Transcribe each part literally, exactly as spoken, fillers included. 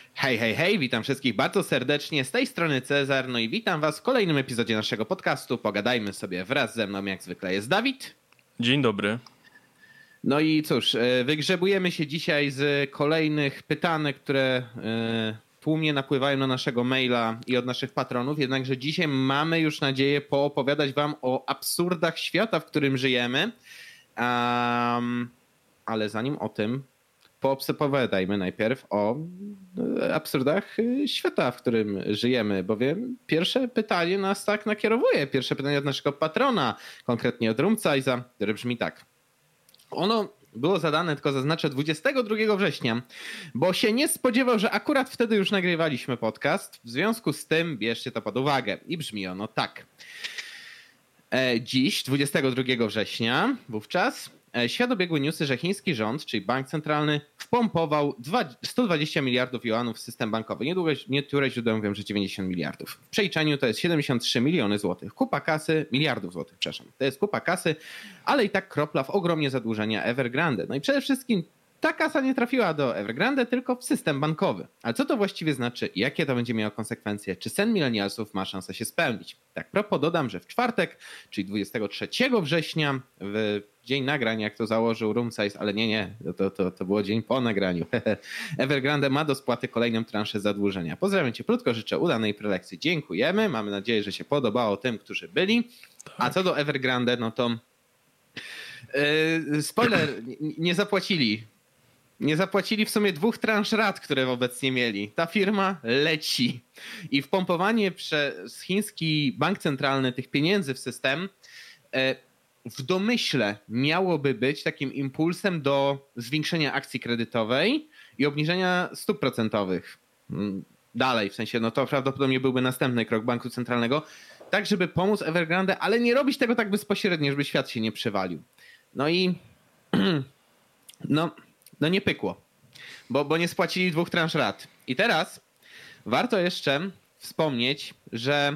Hej, hej, hej, witam wszystkich bardzo serdecznie, z tej strony Cezar, no i witam was w kolejnym epizodzie naszego podcastu. Pogadajmy sobie, wraz ze mną jak zwykle jest Dawid. Dzień dobry. No i cóż, wygrzebujemy się dzisiaj z kolejnych pytanek, które tłumnie napływają na naszego maila i od naszych patronów, jednakże dzisiaj mamy już nadzieję poopowiadać wam o absurdach świata, w którym żyjemy, um, ale zanim o tym, poopowiadajmy najpierw o absurdach świata, w którym żyjemy, bowiem pierwsze pytanie nas tak nakierowuje. Pierwsze pytanie od naszego patrona, konkretnie od Rumcajza, które brzmi tak. Ono było zadane, tylko zaznaczę, dwudziestego drugiego września, bo się nie spodziewał, że akurat wtedy już nagrywaliśmy podcast. W związku z tym bierzcie to pod uwagę. I brzmi ono tak. Dziś, dwudziestego drugiego września, wówczas świat obiegły newsy, że chiński rząd, czyli bank centralny, wpompował sto dwadzieścia miliardów juanów w system bankowy. Niedługo, niektóre źródła mówią, że dziewięćdziesiąt miliardów. W przeliczeniu to jest siedemdziesiąt trzy miliony złotych. Kupa kasy, miliardów złotych, przepraszam. To jest kupa kasy, ale i tak kropla w ogromnie zadłużenia Evergrande. No i przede wszystkim ta kasa nie trafiła do Evergrande, tylko w system bankowy. Ale co to właściwie znaczy i jakie to będzie miało konsekwencje? Czy sen milenialsów ma szansę się spełnić? Tak propos dodam, że w czwartek, czyli dwudziestego trzeciego września, w dzień nagrania, jak to założył Roomsize, ale nie, nie, to, to, to było dzień po nagraniu. Evergrande ma do spłaty kolejną transzę zadłużenia. Pozdrawiam cię krótko, życzę udanej prelekcji. Dziękujemy, mamy nadzieję, że się podobało tym, którzy byli. Tak. A co do Evergrande, no to yy, spoiler, nie zapłacili. Nie zapłacili w sumie dwóch transz rat, które obecnie mieli. Ta firma leci. I wpompowanie przez chiński bank centralny tych pieniędzy w system w domyśle miałoby być takim impulsem do zwiększenia akcji kredytowej i obniżenia stóp procentowych. Dalej, w sensie, no to prawdopodobnie byłby następny krok banku centralnego, tak żeby pomóc Evergrande, ale nie robić tego tak bezpośrednio, żeby świat się nie przewalił. No i no... No nie pykło, bo, bo nie spłacili dwóch transz rat. I teraz warto jeszcze wspomnieć, że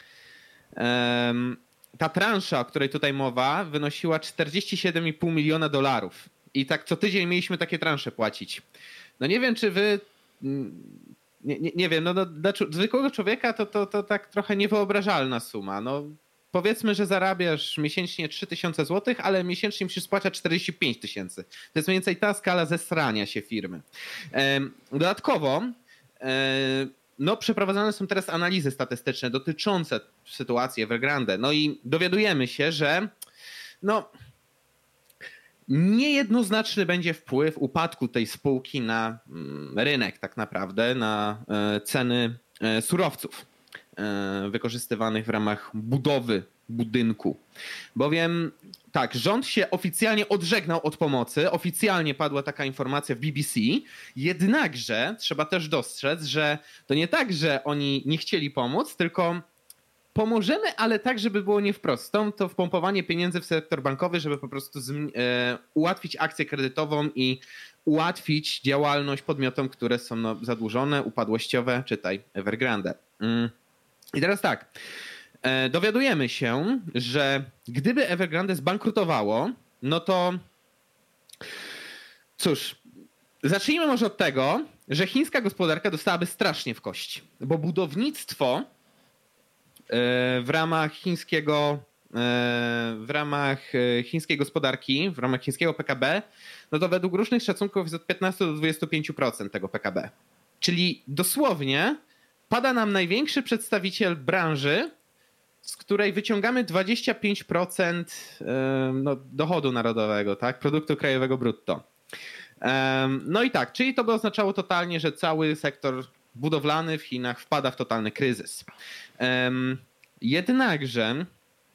um, ta transza, o której tutaj mowa, wynosiła czterdzieści siedem i pół miliona dolarów. I tak co tydzień mieliśmy takie transze płacić. No nie wiem, czy wy... Nie, nie, nie wiem, no do, dla zwykłego człowieka to, to, to tak trochę niewyobrażalna suma. No powiedzmy, że zarabiasz miesięcznie trzy tysiące złotych, ale miesięcznie musisz spłacać czterdzieści pięć tysięcy. To jest mniej więcej ta skala zesrania się firmy. Dodatkowo no, przeprowadzane są teraz analizy statystyczne dotyczące sytuacji Evergrande. No i dowiadujemy się, że no, niejednoznaczny będzie wpływ upadku tej spółki na rynek tak naprawdę, na ceny surowców wykorzystywanych w ramach budowy budynku. Bowiem tak, rząd się oficjalnie odżegnał od pomocy, oficjalnie padła taka informacja w B B C, jednakże trzeba też dostrzec, że to nie tak, że oni nie chcieli pomóc, tylko pomożemy, ale tak, żeby było nie wprost. Stąd to wpompowanie pieniędzy w sektor bankowy, żeby po prostu zm- e, ułatwić akcję kredytową i ułatwić działalność podmiotom, które są no, zadłużone, upadłościowe, czytaj Evergrande. Mm. I teraz tak, dowiadujemy się, że gdyby Evergrande zbankrutowało, no to cóż, zacznijmy może od tego, że chińska gospodarka dostałaby strasznie w kości, bo budownictwo w ramach chińskiego, w ramach chińskiej gospodarki, w ramach chińskiego P K B, no to według różnych szacunków jest od piętnaście do dwudziestu pięciu procent tego P K B. Czyli dosłownie pada nam największy przedstawiciel branży, z której wyciągamy dwadzieścia pięć procent no, dochodu narodowego, tak, produktu krajowego brutto. No i tak, czyli to by oznaczało totalnie, że cały sektor budowlany w Chinach wpada w totalny kryzys. Jednakże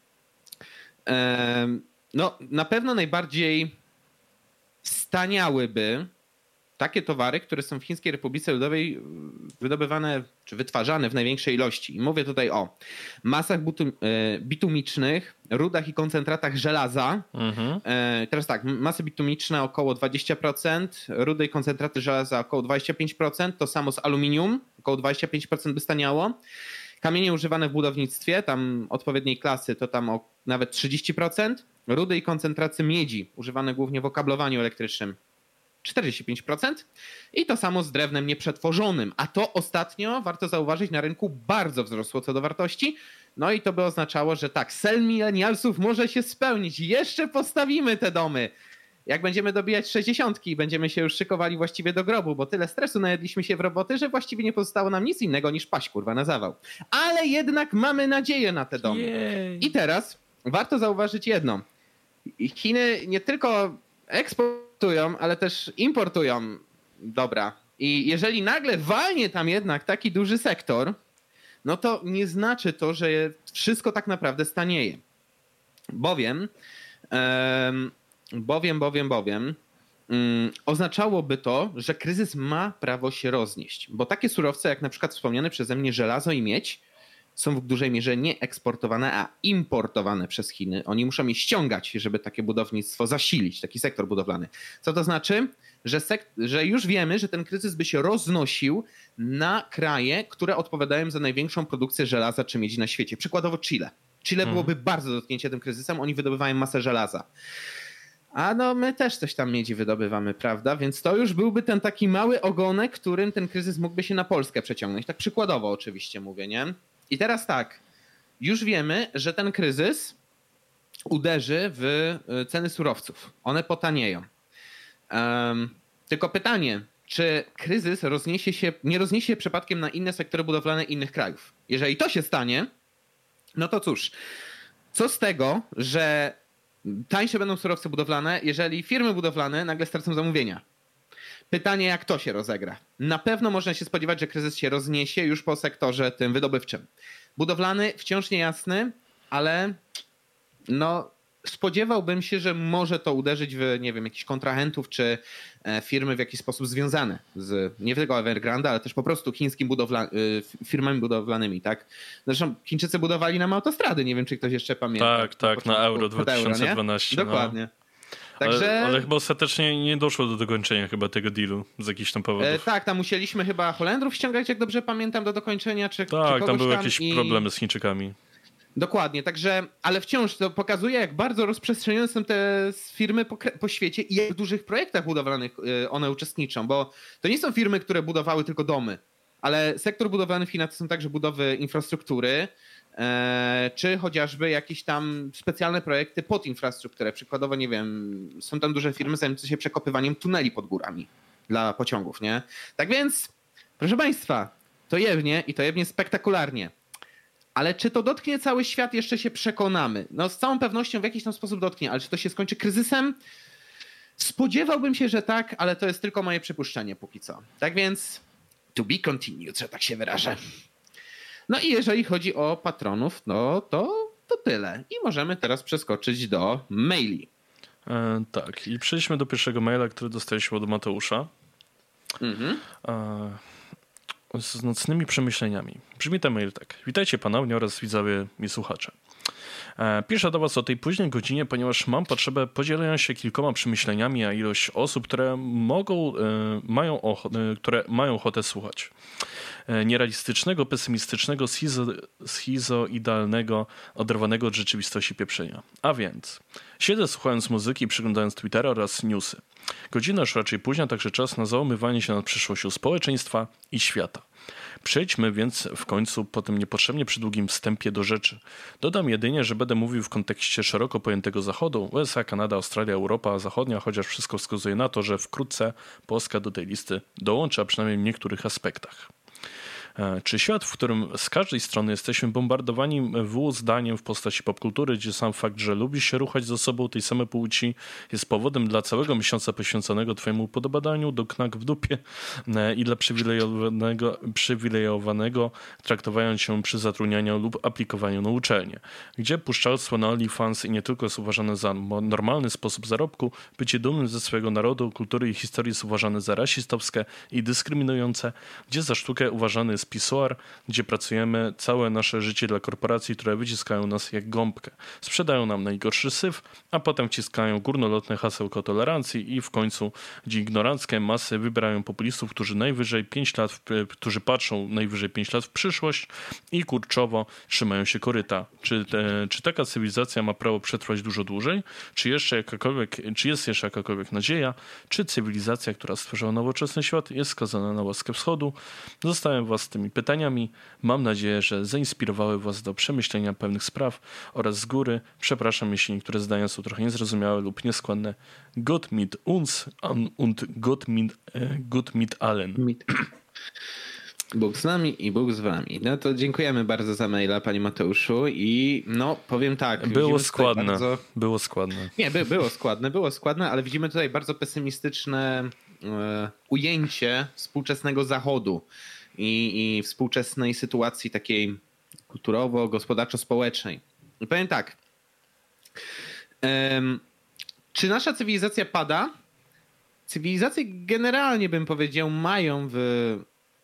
no, na pewno najbardziej staniałyby takie towary, które są w Chińskiej Republice Ludowej wydobywane czy wytwarzane w największej ilości. I mówię tutaj o masach bitumicznych, rudach i koncentratach żelaza. Mhm. Teraz tak, masy bitumiczne około dwadzieścia procent, rudy i koncentraty żelaza około dwadzieścia pięć procent, to samo z aluminium, około dwadzieścia pięć procent by staniało. Kamienie używane w budownictwie, tam odpowiedniej klasy, to tam o nawet trzydzieści procent. Rudy i koncentraty miedzi, używane głównie w okablowaniu elektrycznym, czterdzieści pięć procent i to samo z drewnem nieprzetworzonym, a to ostatnio, warto zauważyć, na rynku bardzo wzrosło co do wartości. No i to by oznaczało, że tak, sen milenialsów może się spełnić. Jeszcze postawimy te domy. Jak będziemy dobijać sześćdziesiątki, będziemy się już szykowali właściwie do grobu, bo tyle stresu najedliśmy się w roboty, że właściwie nie pozostało nam nic innego niż paść kurwa na zawał. Ale jednak mamy nadzieję na te domy. Jej. I teraz warto zauważyć jedno. Chiny nie tylko eksportują, ale też importują dobra. I jeżeli nagle walnie tam jednak taki duży sektor, no to nie znaczy to, że wszystko tak naprawdę stanieje. Bowiem, um, bowiem, bowiem, bowiem um, oznaczałoby to, że kryzys ma prawo się roznieść. Bo takie surowce jak na przykład wspomniane przeze mnie żelazo i miedź są w dużej mierze nie eksportowane, a importowane przez Chiny. Oni muszą je ściągać, żeby takie budownictwo zasilić, taki sektor budowlany. Co to znaczy? Że, sek- że już wiemy, że ten kryzys by się roznosił na kraje, które odpowiadają za największą produkcję żelaza czy miedzi na świecie. Przykładowo Chile. Chile hmm. byłoby bardzo dotknięcie tym kryzysem, oni wydobywają masę żelaza. A no my też coś tam miedzi wydobywamy, prawda? Więc to już byłby ten taki mały ogonek, którym ten kryzys mógłby się na Polskę przeciągnąć. Tak przykładowo oczywiście mówię, nie? I teraz tak, już wiemy, że ten kryzys uderzy w ceny surowców. One potanieją. Um, tylko pytanie, czy kryzys rozniesie się, nie rozniesie się przypadkiem na inne sektory budowlane innych krajów? Jeżeli to się stanie, no to cóż, co z tego, że tańsze będą surowce budowlane, jeżeli firmy budowlane nagle stracą zamówienia? Pytanie, jak to się rozegra. Na pewno można się spodziewać, że kryzys się rozniesie już po sektorze tym wydobywczym. Budowlany wciąż niejasny, ale no spodziewałbym się, że może to uderzyć w, nie wiem, jakichś kontrahentów czy firmy w jakiś sposób związane z nie tylko Evergrande, ale też po prostu chińskimi budowla- firmami budowlanymi, tak? Zresztą Chińczycy budowali nam autostrady, nie wiem, czy ktoś jeszcze pamięta. Tak, tak, na Euro dwa tysiące dwanaście. Euro, Dokładnie. No. Także... Ale, ale chyba ostatecznie nie doszło do dokończenia chyba tego dealu z jakichś tam powodów. E, tak, tam musieliśmy chyba Holendrów ściągać, jak dobrze pamiętam, do dokończenia. Czy, tak, czy tam były tam jakieś i... problemy z Chińczykami. Dokładnie, także, ale wciąż to pokazuje, jak bardzo rozprzestrzenione są te firmy po, po świecie i jak w dużych projektach budowlanych one uczestniczą, bo to nie są firmy, które budowały tylko domy, ale sektor budowlany w Chinach to są także budowy infrastruktury, e, czy chociażby jakieś tam specjalne projekty pod infrastrukturę. Przykładowo, nie wiem, są tam duże firmy zajmujące się przekopywaniem tuneli pod górami dla pociągów, nie? Tak więc, proszę Państwa, to jewnie i to jewnie spektakularnie. Ale czy to dotknie cały świat, jeszcze się przekonamy. No z całą pewnością w jakiś tam sposób dotknie, ale czy to się skończy kryzysem? Spodziewałbym się, że tak, ale to jest tylko moje przypuszczenie póki co. Tak więc to be continued, że tak się wyrażę. No i jeżeli chodzi o patronów, no to, to tyle. I możemy teraz przeskoczyć do maili. E, tak, i przejdźmy do pierwszego maila, który dostaliśmy od Mateusza. Mhm. E... z nocnymi przemyśleniami. Brzmi ten mail tak. Witajcie ponownie oraz widzowie i słuchacze. Piszę do was o tej późnej godzinie, ponieważ mam potrzebę podzielenia się kilkoma przemyśleniami, a ilość osób, które mogą, mają, ochotę, które mają ochotę słuchać. Nierealistycznego, pesymistycznego, schizo, schizoidalnego, oderwanego od rzeczywistości pieprzenia. A więc siedzę słuchając muzyki, przyglądając Twittera oraz newsy. Godzina już raczej późna, także czas na załamywanie się nad przyszłością społeczeństwa i świata. Przejdźmy więc w końcu po tym niepotrzebnie przydługim wstępie do rzeczy. Dodam jedynie, że będę mówił w kontekście szeroko pojętego Zachodu, U S A, Kanada, Australia, Europa Zachodnia, chociaż wszystko wskazuje na to, że wkrótce Polska do tej listy dołączy, a przynajmniej w niektórych aspektach. Czy świat, w którym z każdej strony jesteśmy bombardowani w zdaniem w postaci popkultury, gdzie sam fakt, że lubisz się ruchać z osobą tej samej płci, jest powodem dla całego miesiąca poświęconego twojemu upodobaniu do knak w dupie i dla przywilejowanego, przywilejowanego traktowania się przy zatrudnianiu lub aplikowaniu na uczelnię, gdzie puszczalstwo na OnlyFans i nie tylko jest uważane za normalny sposób zarobku, bycie dumnym ze swojego narodu, kultury i historii jest uważane za rasistowskie i dyskryminujące, gdzie za sztukę uważany jest jest pisuar, gdzie pracujemy całe nasze życie dla korporacji, które wyciskają nas jak gąbkę. Sprzedają nam najgorszy syf, a potem wciskają górnolotne hasełko tolerancji i w końcu, gdzie ignoranckie masy wybierają populistów, którzy najwyżej pięć lat, w, którzy patrzą najwyżej pięć lat w przyszłość i kurczowo trzymają się koryta. Czy, te, czy taka cywilizacja ma prawo przetrwać dużo dłużej? Czy jeszcze jakakolwiek, czy jest jeszcze jakakolwiek nadzieja? Czy cywilizacja, która stworzyła nowoczesny świat, jest skazana na łaskę wschodu? Zostawiam was z tymi pytaniami. Mam nadzieję, że zainspirowały was do przemyślenia pewnych spraw oraz z góry przepraszam, jeśli niektóre zdania są trochę niezrozumiałe lub nieskładne. Gott mit uns und Gott mit, Gott mit allen. Mit. Bóg z nami i Bóg z wami. No to dziękujemy bardzo za maila, panie Mateuszu, i no powiem tak. Było składne, bardzo... było składne. Nie, by, było składne, było składne, ale widzimy tutaj bardzo pesymistyczne e, ujęcie współczesnego Zachodu i, i współczesnej sytuacji takiej kulturowo-gospodarczo-społecznej. I powiem tak. E, czy nasza cywilizacja pada? Cywilizacje generalnie, bym powiedział, mają w...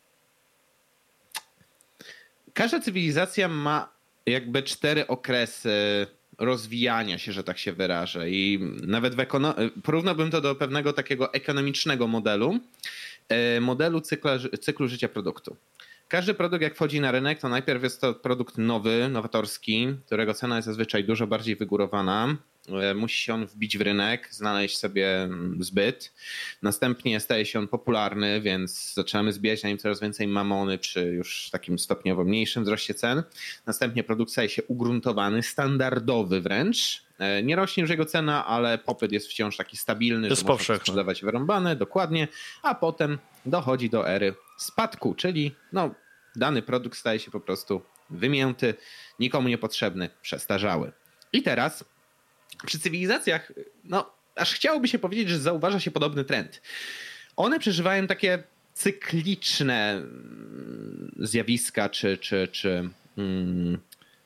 Każda cywilizacja ma jakby cztery okresy rozwijania się, że tak się wyrażę. I nawet w ekono- porównałbym to do pewnego takiego ekonomicznego modelu, modelu cykla, cyklu życia produktu. Każdy produkt, jak wchodzi na rynek, to najpierw jest to produkt nowy, nowatorski, którego cena jest zazwyczaj dużo bardziej wygórowana. Musi się on wbić w rynek, znaleźć sobie zbyt. Następnie staje się on popularny, więc zaczynamy zbierać na nim coraz więcej mamony przy już takim stopniowo mniejszym wzroście cen. Następnie produkt staje się ugruntowany, standardowy wręcz. Nie rośnie już jego cena, ale popyt jest wciąż taki stabilny, jest że można sprzedawać wyrąbane, dokładnie. A potem dochodzi do ery spadku, czyli no, dany produkt staje się po prostu wymięty, nikomu niepotrzebny, przestarzały. I teraz przy cywilizacjach, no aż chciałoby się powiedzieć, że zauważa się podobny trend. One przeżywają takie cykliczne zjawiska czy, czy, czy mm,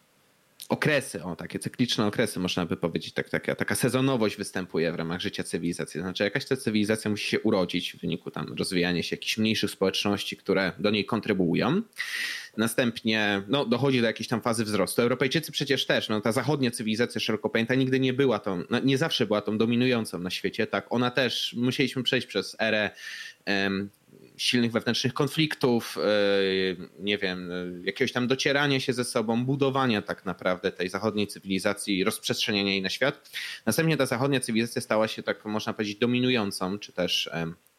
okresy, o takie cykliczne okresy można by powiedzieć, tak, taka, taka sezonowość występuje w ramach życia cywilizacji. Znaczy jakaś ta cywilizacja musi się urodzić w wyniku tam rozwijania się jakichś mniejszych społeczności, które do niej kontrybuują. Następnie no, dochodzi do jakiejś tam fazy wzrostu. Europejczycy przecież też, no, ta zachodnia cywilizacja szeroko pojęta nigdy nie była tą, no, nie zawsze była tą dominującą na świecie, tak, ona też, musieliśmy przejść przez erę um, silnych wewnętrznych konfliktów, nie wiem, jakiegoś tam docierania się ze sobą, budowania tak naprawdę tej zachodniej cywilizacji, rozprzestrzeniania jej na świat. Następnie ta zachodnia cywilizacja stała się tak, można powiedzieć, dominującą, czy też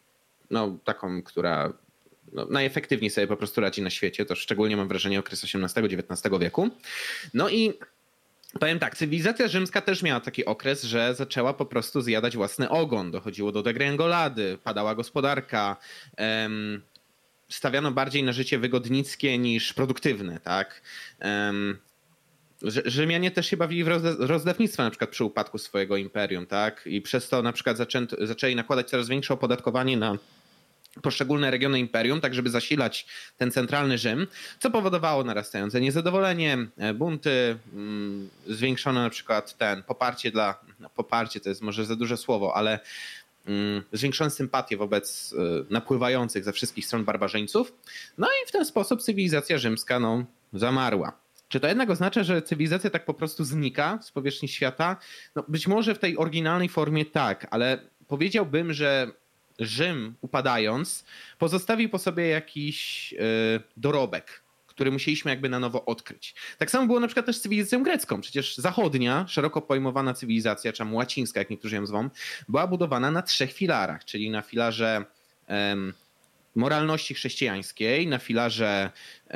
no, taką, która no, najefektywniej sobie po prostu radzi na świecie. To szczególnie mam wrażenie okres osiemnastego dziewiętnastego wieku. No i powiem tak, cywilizacja rzymska też miała taki okres, że zaczęła po prostu zjadać własny ogon. Dochodziło do degrengolady, padała gospodarka, um, stawiano bardziej na życie wygodnickie niż produktywne, tak? Um, Rzymianie też się bawili w rozdawnictwo na przykład przy upadku swojego imperium, tak? I przez to na przykład zaczęto, zaczęli nakładać coraz większe opodatkowanie na poszczególne regiony imperium, tak żeby zasilać ten centralny Rzym, co powodowało narastające niezadowolenie, bunty, zwiększono na przykład ten poparcie dla, no poparcie to jest może za duże słowo, ale zwiększone sympatie wobec napływających ze wszystkich stron barbarzyńców. No i w ten sposób cywilizacja rzymska no, zamarła. Czy to jednak oznacza, że cywilizacja tak po prostu znika z powierzchni świata? No być może w tej oryginalnej formie tak, ale powiedziałbym, że Rzym upadając pozostawił po sobie jakiś yy, dorobek, który musieliśmy jakby na nowo odkryć. Tak samo było na przykład też z cywilizacją grecką. Przecież zachodnia, szeroko pojmowana cywilizacja, czy łacińska, jak niektórzy ją zwą, była budowana na trzech filarach, czyli na filarze yy, moralności chrześcijańskiej, na filarze yy,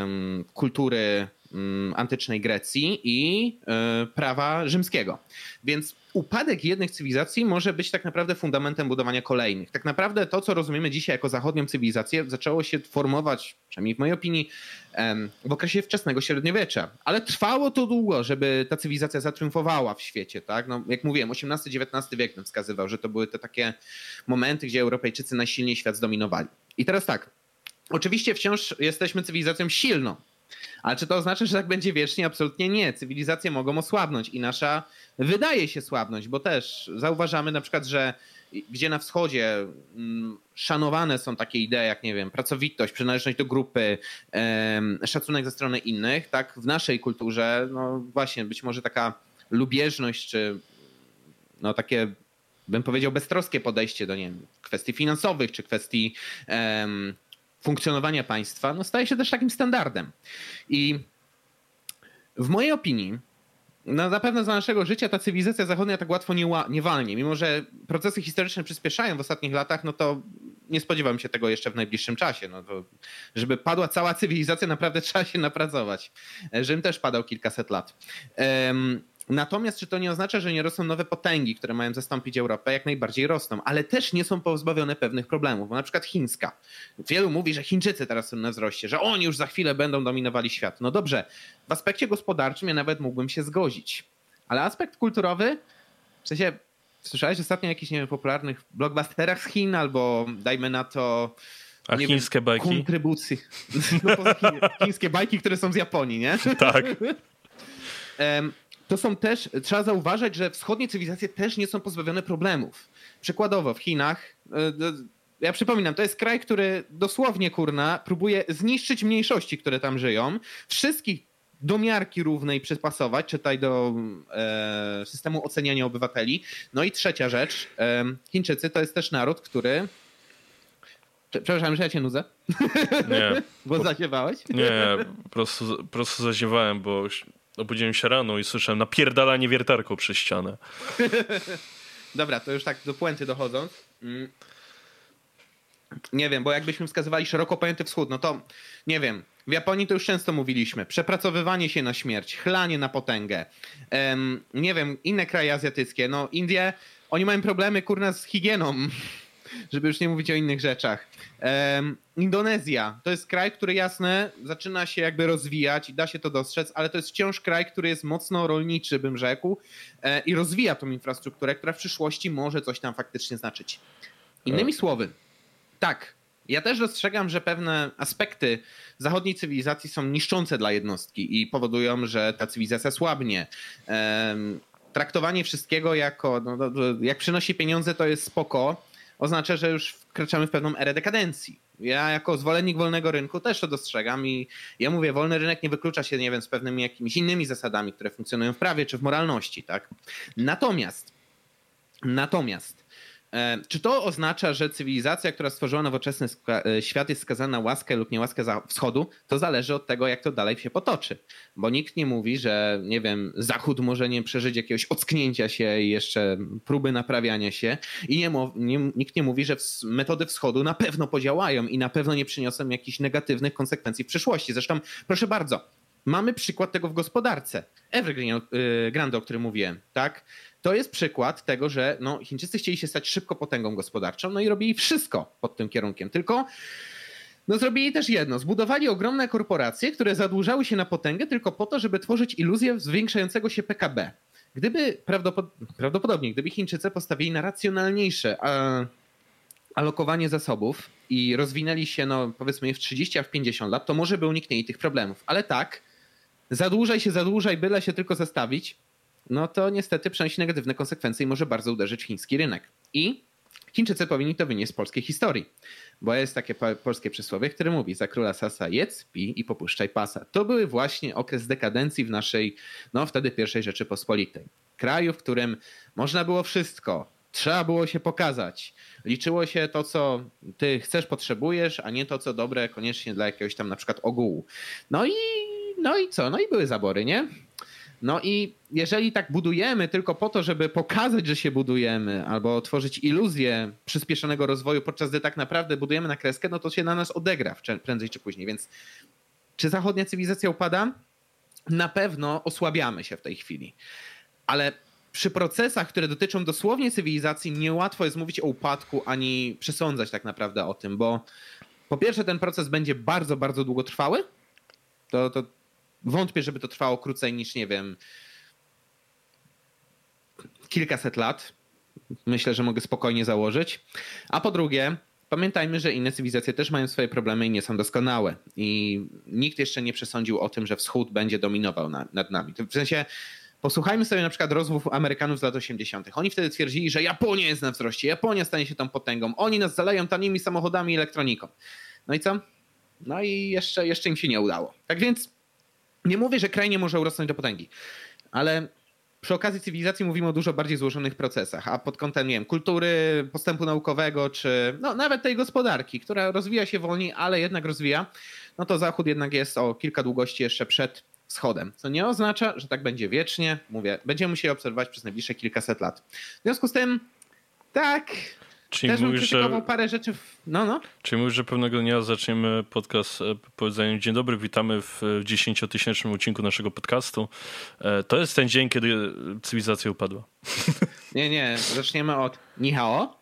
kultury yy, antycznej Grecji i yy, prawa rzymskiego. Więc upadek jednych cywilizacji może być tak naprawdę fundamentem budowania kolejnych. Tak naprawdę to, co rozumiemy dzisiaj jako zachodnią cywilizację, zaczęło się formować, przynajmniej w mojej opinii, w okresie wczesnego średniowiecza. Ale trwało to długo, żeby ta cywilizacja zatriumfowała w świecie. Tak? No, jak mówiłem, osiemnasty dziewiętnasty wiek nam wskazywał, że to były te takie momenty, gdzie Europejczycy najsilniej świat zdominowali. I teraz tak, oczywiście wciąż jesteśmy cywilizacją silną, ale czy to oznacza, że tak będzie wiecznie? Absolutnie nie. Cywilizacje mogą osłabnąć i nasza wydaje się słabnąć, bo też zauważamy na przykład, że gdzie na wschodzie szanowane są takie idee jak, nie wiem, pracowitość, przynależność do grupy, szacunek ze strony innych, tak w naszej kulturze, no właśnie, być może taka lubieżność, czy no takie, bym powiedział, beztroskie podejście do, nie wiem, kwestii finansowych, czy kwestii um, funkcjonowania państwa, no staje się też takim standardem. I w mojej opinii, no na pewno za naszego życia ta cywilizacja zachodnia tak łatwo nie, nie walnie. Mimo że procesy historyczne przyspieszają w ostatnich latach, no to nie spodziewam się tego jeszcze w najbliższym czasie. No to, żeby padła cała cywilizacja, naprawdę trzeba się napracować. Rzym też padał kilkaset lat. Um, Natomiast czy to nie oznacza, że nie rosną nowe potęgi, które mają zastąpić Europę? Jak najbardziej rosną, ale też nie są pozbawione pewnych problemów, bo na przykład chińska. Wielu mówi, że Chińczycy teraz są na wzroście, że oni już za chwilę będą dominowali świat. No dobrze, w aspekcie gospodarczym ja nawet mógłbym się zgodzić, ale aspekt kulturowy, w sensie słyszałeś ostatnio o jakichś, nie wiem, popularnych blockbusterach z Chin albo dajmy na to... A nie chińskie wiem, bajki? Kontrybucji. No, poza chińskie bajki, które są z Japonii, nie? Tak. um, To są też, trzeba zauważyć, że wschodnie cywilizacje też nie są pozbawione problemów. Przykładowo w Chinach, ja przypominam, to jest kraj, który dosłownie, kurna, próbuje zniszczyć mniejszości, które tam żyją, wszystkich do miarki równej przypasować, czytaj do e, systemu oceniania obywateli. No i trzecia rzecz, e, Chińczycy to jest też naród, który... Przepraszam, że ja cię nudzę? Nie. Bo zaziewałeś? Nie, po prostu, po prostu zaziewałem, bo obudziłem się rano i słyszałem napierdalanie wiertarką przez ścianę. Dobra, to już tak do puenty dochodząc. Nie wiem, bo jakbyśmy wskazywali szeroko pojęty wschód, no to nie wiem, w Japonii to już często mówiliśmy, przepracowywanie się na śmierć, chlanie na potęgę. Um, nie wiem, inne kraje azjatyckie, no Indie, oni mają problemy, kurna, z higieną, żeby już nie mówić o innych rzeczach. Um, Indonezja to jest kraj, który jasne zaczyna się jakby rozwijać i da się to dostrzec, ale to jest wciąż kraj, który jest mocno rolniczy, bym rzekł, e, i rozwija tą infrastrukturę, która w przyszłości może coś tam faktycznie znaczyć. Innymi słowy, tak, ja też dostrzegam, że pewne aspekty zachodniej cywilizacji są niszczące dla jednostki i powodują, że ta cywilizacja słabnie. Um, traktowanie wszystkiego jako, no, jak przynosi pieniądze, to jest spoko, oznacza, że już wkraczamy w pewną erę dekadencji. Ja jako zwolennik wolnego rynku też to dostrzegam i ja mówię, wolny rynek nie wyklucza się, nie wiem, z pewnymi jakimiś innymi zasadami, które funkcjonują w prawie czy w moralności, tak? Natomiast, natomiast, e, czy to oznacza, że cywilizacja, która stworzyła nowoczesny świat, jest skazana na łaskę lub niełaskę wschodu? To zależy od tego, jak to dalej się potoczy. Bo nikt nie mówi, że, nie wiem, Zachód może nie przeżyć jakiegoś ocknięcia się i jeszcze próby naprawiania się i nie, nie, nikt nie mówi, że metody wschodu na pewno podziałają i na pewno nie przyniosą jakichś negatywnych konsekwencji w przyszłości. Zresztą, proszę bardzo, mamy przykład tego w gospodarce. Evergrande, o którym mówiłem, tak? To jest przykład tego, że no, Chińczycy chcieli się stać szybko potęgą gospodarczą, no i robili wszystko pod tym kierunkiem. Tylko no, zrobili też jedno. Zbudowali ogromne korporacje, które zadłużały się na potęgę tylko po to, żeby tworzyć iluzję zwiększającego się P K B. Gdyby prawdopod- prawdopodobnie, gdyby Chińczycy postawili na racjonalniejsze a, alokowanie zasobów i rozwinęli się, no powiedzmy, w trzydzieści, a w pięćdziesiąt lat, to może by uniknęli tych problemów. Ale tak, zadłużaj się, zadłużaj, byle się tylko zastawić, no to niestety przynosi negatywne konsekwencje i może bardzo uderzyć w chiński rynek. I Chińczycy powinni to wynieść z polskiej historii, bo jest takie polskie przysłowie, które mówi: za króla Sasa jedz, pij i popuszczaj pasa. To był właśnie okres dekadencji w naszej, no wtedy pierwszej Rzeczypospolitej. Kraju, w którym można było wszystko, trzeba było się pokazać. Liczyło się to, co ty chcesz, potrzebujesz, a nie to, co dobre koniecznie dla jakiegoś tam na przykład ogółu. No i, no i co? No i były zabory, nie? No i jeżeli tak budujemy tylko po to, żeby pokazać, że się budujemy, albo tworzyć iluzję przyspieszonego rozwoju, podczas gdy tak naprawdę budujemy na kreskę, no to się na nas odegra prędzej czy później. Więc czy zachodnia cywilizacja upada? Na pewno osłabiamy się w tej chwili. Ale przy procesach, które dotyczą dosłownie cywilizacji, niełatwo jest mówić o upadku, ani przesądzać tak naprawdę o tym, bo po pierwsze ten proces będzie bardzo, bardzo długotrwały. To, to wątpię, żeby to trwało krócej niż, nie wiem, kilkaset lat. Myślę, że mogę spokojnie założyć. A po drugie, pamiętajmy, że inne cywilizacje też mają swoje problemy i nie są doskonałe. I nikt jeszcze nie przesądził o tym, że wschód będzie dominował na, nad nami. W sensie Posłuchajmy sobie na przykład rozmów Amerykanów z lat osiemdziesiątych. Oni wtedy twierdzili, że Japonia jest na wzroście, Japonia stanie się tą potęgą, oni nas zaleją tanimi samochodami i elektroniką. No i co? No i jeszcze, jeszcze im się nie udało. Tak więc nie mówię, że kraj nie może urosnąć do potęgi, ale przy okazji cywilizacji mówimy o dużo bardziej złożonych procesach, a pod kątem, nie wiem, kultury, postępu naukowego, czy no, nawet tej gospodarki, która rozwija się wolniej, ale jednak rozwija, no to Zachód jednak jest o kilka długości jeszcze przed wschodem, co nie oznacza, że tak będzie wiecznie. Mówię, będziemy musieli obserwować przez najbliższe kilkaset lat. W związku z tym, tak, Czyli też bym mówisz, krytykował że... parę rzeczy. W... No, no. Czyli mówisz, że pewnego dnia zaczniemy podcast powiedzeniem dzień dobry, witamy w dziesięciotysięcznym odcinku naszego podcastu. To jest ten dzień, kiedy cywilizacja upadła. Nie, nie, zaczniemy od ni hao.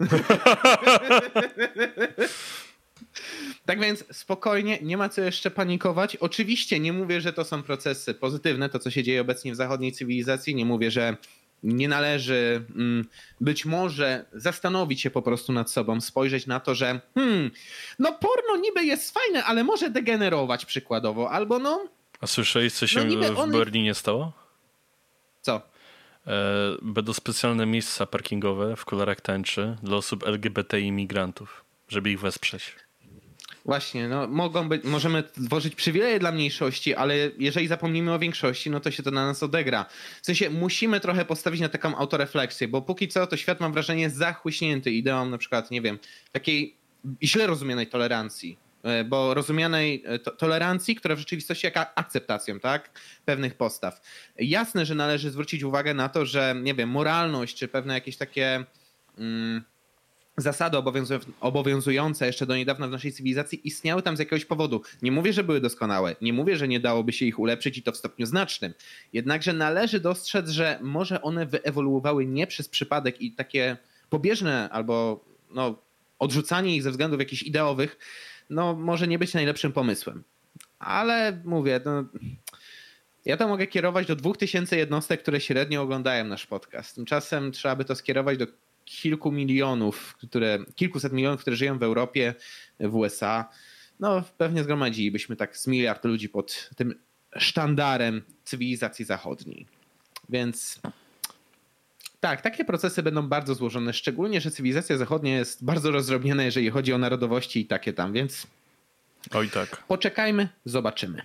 Tak więc spokojnie, nie ma co jeszcze panikować. Oczywiście nie mówię, że to są procesy pozytywne, to co się dzieje obecnie w zachodniej cywilizacji. Nie mówię, że nie należy mm, być może zastanowić się po prostu nad sobą, spojrzeć na to, że hmm, no porno niby jest fajne, ale może degenerować przykładowo, albo no... A słyszałeś, co się no w one... Berlinie stało? Co? E, będą specjalne miejsca parkingowe w kolorach tęczy dla osób L G B T i imigrantów, żeby ich wesprzeć. Właśnie, no mogą być, możemy tworzyć przywileje dla mniejszości, ale jeżeli zapomnimy o większości, no to się to na nas odegra. W sensie musimy trochę postawić na taką autorefleksję, bo póki co to świat, mam wrażenie, jest zachłyśnięty ideą na przykład, nie wiem, takiej źle rozumianej tolerancji, bo rozumianej to, tolerancji, która w rzeczywistości jest akceptacją, tak, pewnych postaw. Jasne, że należy zwrócić uwagę na to, że, nie wiem, moralność, czy pewne jakieś takie... Mm, zasady obowiązujące jeszcze do niedawna w naszej cywilizacji istniały tam z jakiegoś powodu. Nie mówię, że były doskonałe, nie mówię, że nie dałoby się ich ulepszyć i to w stopniu znacznym. Jednakże należy dostrzec, że może one wyewoluowały nie przez przypadek i takie pobieżne albo no, odrzucanie ich ze względów jakichś ideowych no, może nie być najlepszym pomysłem. Ale mówię, no, ja to mogę kierować do dwóch tysięcy jednostek, które średnio oglądają nasz podcast. Tymczasem trzeba by to skierować do kilku milionów, które, kilkuset milionów, które żyją w Europie, w U S A. No pewnie zgromadzilibyśmy tak z miliard ludzi pod tym sztandarem cywilizacji zachodniej. Więc tak, takie procesy będą bardzo złożone, szczególnie, że cywilizacja zachodnia jest bardzo rozdrobniona, jeżeli chodzi o narodowości i takie tam, więc oj tak. Poczekajmy, zobaczymy.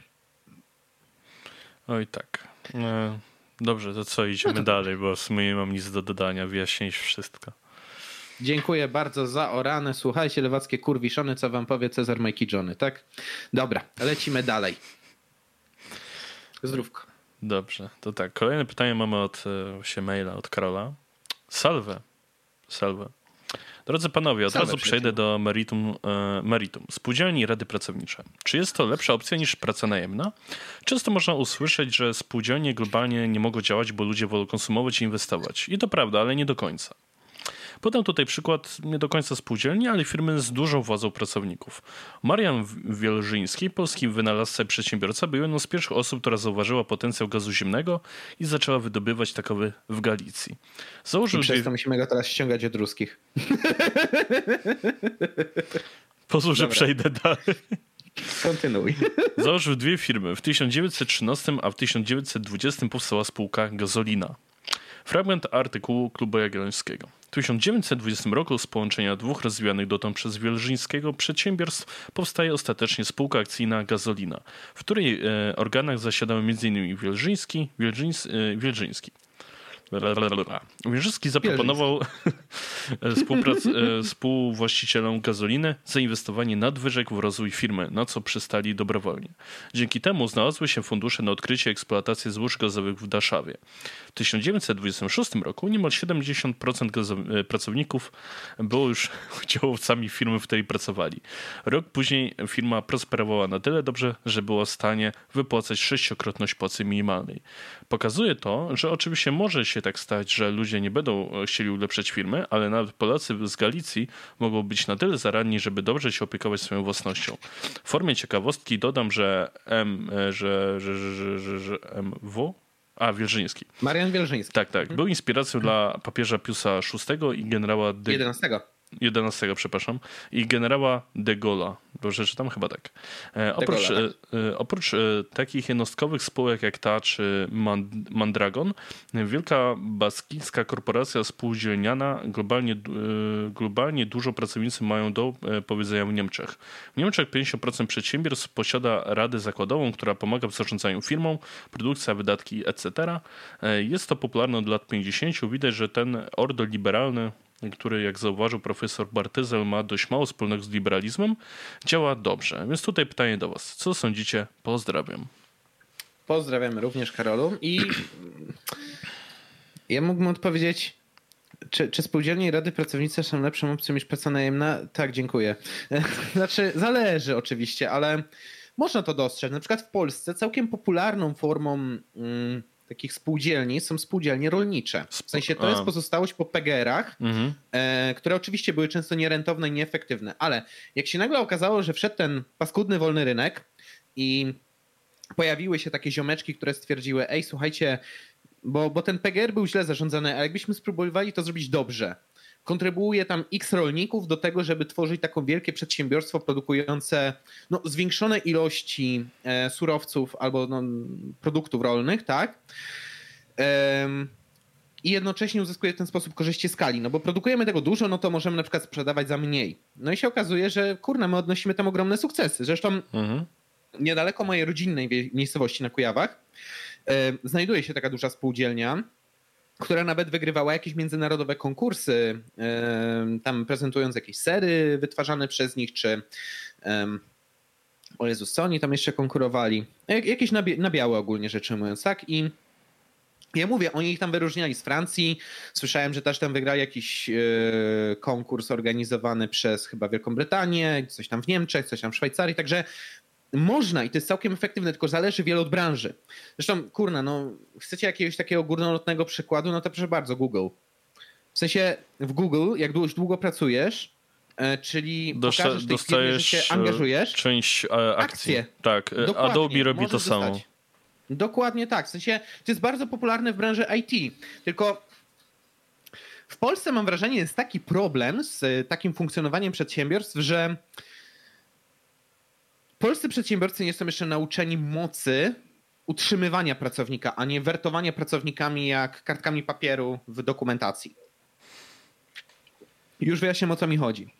Oj tak. E... Dobrze, to co, idziemy no to... dalej, bo w sumie nie mam nic do dodania, wyjaśnić wszystko. Dziękuję bardzo za orane. Słuchajcie, lewackie kurwiszony, co wam powie Cezar Majki Johnny, tak? Dobra, lecimy dalej. Zdrówko. Dobrze, to tak. Kolejne pytanie mamy od się maila, od Karola. Salve. Salve. Drodzy panowie, od razu przejdę do meritum, e, meritum. Spółdzielni i rady pracownicze. Czy jest to lepsza opcja niż praca najemna? Często można usłyszeć, że spółdzielnie globalnie nie mogą działać, bo ludzie wolą konsumować i inwestować. I to prawda, ale nie do końca. Podam tutaj przykład nie do końca spółdzielni, ale firmy z dużą władzą pracowników. Marian Wielżyński, polski wynalazca i przedsiębiorca, był jedną z pierwszych osób, która zauważyła potencjał gazu ziemnego i zaczęła wydobywać takowy w Galicji. Założył I przez dwie... to musimy go teraz ściągać od ruskich. Pozwól, że przejdę dalej. Kontynuuj. Założył dwie firmy. W tysiąc dziewięćset trzynastym, a w tysiąc dziewięćset dwudziestym powstała spółka Gazolina. Fragment artykułu Klubu Jagiellońskiego. W tysiąc dziewięćset dwudziestym roku z połączenia dwóch rozwijanych dotąd przez Wielżyńskiego przedsiębiorstw powstaje ostatecznie spółka akcyjna Gazolina, w której e, organach zasiadały między innymi Wielżyński, Wielżyńs, e, Wielżyński. Wierzyński zaproponował współwłaścicielom Gazoliny zainwestowanie nadwyżek w rozwój firmy, na co przystali dobrowolnie. Dzięki temu znalazły się fundusze na odkrycie i eksploatację złóż gazowych w Daszawie. W tysiąc dziewięćset dwudziestym szóstym roku niemal siedemdziesiąt procent gazo- pracowników było już udziałowcami firmy, w której pracowali. Rok później firma prosperowała na tyle dobrze, że była w stanie wypłacać sześciokrotność płacy minimalnej. Pokazuje to, że oczywiście może się tak stać, że ludzie nie będą chcieli ulepszać firmy, ale nawet Polacy z Galicji mogą być na tyle zaradni, żeby dobrze się opiekować swoją własnością. W formie ciekawostki dodam, że M, że, że, że, że, że, że M W A, Wielżyński. Marian Wielżyński. Tak, tak. Był inspiracją dla papieża Piusa szóstego i generała de... jedenastego. jedenastego, przepraszam. I generała de Gaulle'a. Dobrze czytam? Chyba tak. E, oprócz, e, oprócz e, takich jednostkowych spółek jak ta czy Mandragon, wielka baskijska korporacja spółdzielniana globalnie, e, globalnie dużo pracownicy mają do e, powiedzenia w Niemczech. W Niemczech pięćdziesiąt procent przedsiębiorstw posiada radę zakładową, która pomaga w zarządzaniu firmą, produkcja, wydatki, et cetera. E, jest to popularne od lat pięćdziesięciu. Widać, że ten ordoliberalny, który, jak zauważył profesor Bartyzel, ma dość mało wspólnego z liberalizmem, działa dobrze. Więc tutaj pytanie do was. Co sądzicie? Pozdrawiam. Pozdrawiamy również, Karolu. I ja mógłbym odpowiedzieć, czy, czy spółdzielnie i rady pracownicze są lepszą opcją niż praca najemna? Tak, dziękuję. Znaczy, zależy oczywiście, ale można to dostrzec. Na przykład w Polsce całkiem popularną formą mm, takich spółdzielni są spółdzielnie rolnicze. W sensie to jest pozostałość po P G R-ach, mhm. e, które oczywiście były często nierentowne i nieefektywne, ale jak się nagle okazało, że wszedł ten paskudny wolny rynek i pojawiły się takie ziomeczki, które stwierdziły, ej, słuchajcie, bo, bo ten P G R był źle zarządzany, a jakbyśmy spróbowali to zrobić dobrze. Kontrybuuje tam x rolników do tego, żeby tworzyć taką wielkie przedsiębiorstwo produkujące no, zwiększone ilości e, surowców albo no, produktów rolnych, tak? Ehm, I jednocześnie uzyskuje w ten sposób korzyści skali, no bo produkujemy tego dużo, no to możemy na przykład sprzedawać za mniej. No i się okazuje, że kurna, my odnosimy tam ogromne sukcesy. Zresztą mhm. niedaleko mojej rodzinnej miejscowości na Kujawach e, znajduje się taka duża spółdzielnia, która nawet wygrywała jakieś międzynarodowe konkursy, tam prezentując jakieś sery wytwarzane przez nich, czy o Jezus, co oni tam jeszcze konkurowali? Jakieś na białe ogólnie rzecz ujmując, tak? I ja mówię, oni ich tam wyróżniali z Francji. Słyszałem, że też tam wygrali jakiś konkurs organizowany przez chyba Wielką Brytanię, coś tam w Niemczech, coś tam w Szwajcarii, także można i to jest całkiem efektywne, tylko zależy wiele od branży. Zresztą, kurna, no chcecie jakiegoś takiego górnolotnego przykładu, no to proszę bardzo, Google. W sensie w Google, jak długo, długo pracujesz, e, czyli Dosta- pokażesz tej firmie, że się angażujesz. Część e, akcji. Akcje. Tak, dokładnie, Adobe robi to samo. Dostać. Dokładnie tak. W sensie to jest bardzo popularne w branży I T. Tylko w Polsce mam wrażenie, jest taki problem z takim funkcjonowaniem przedsiębiorstw, że polscy przedsiębiorcy nie są jeszcze nauczeni mocy utrzymywania pracownika, a nie wertowania pracownikami jak kartkami papieru w dokumentacji. Już wyjaśniam, o co mi chodzi.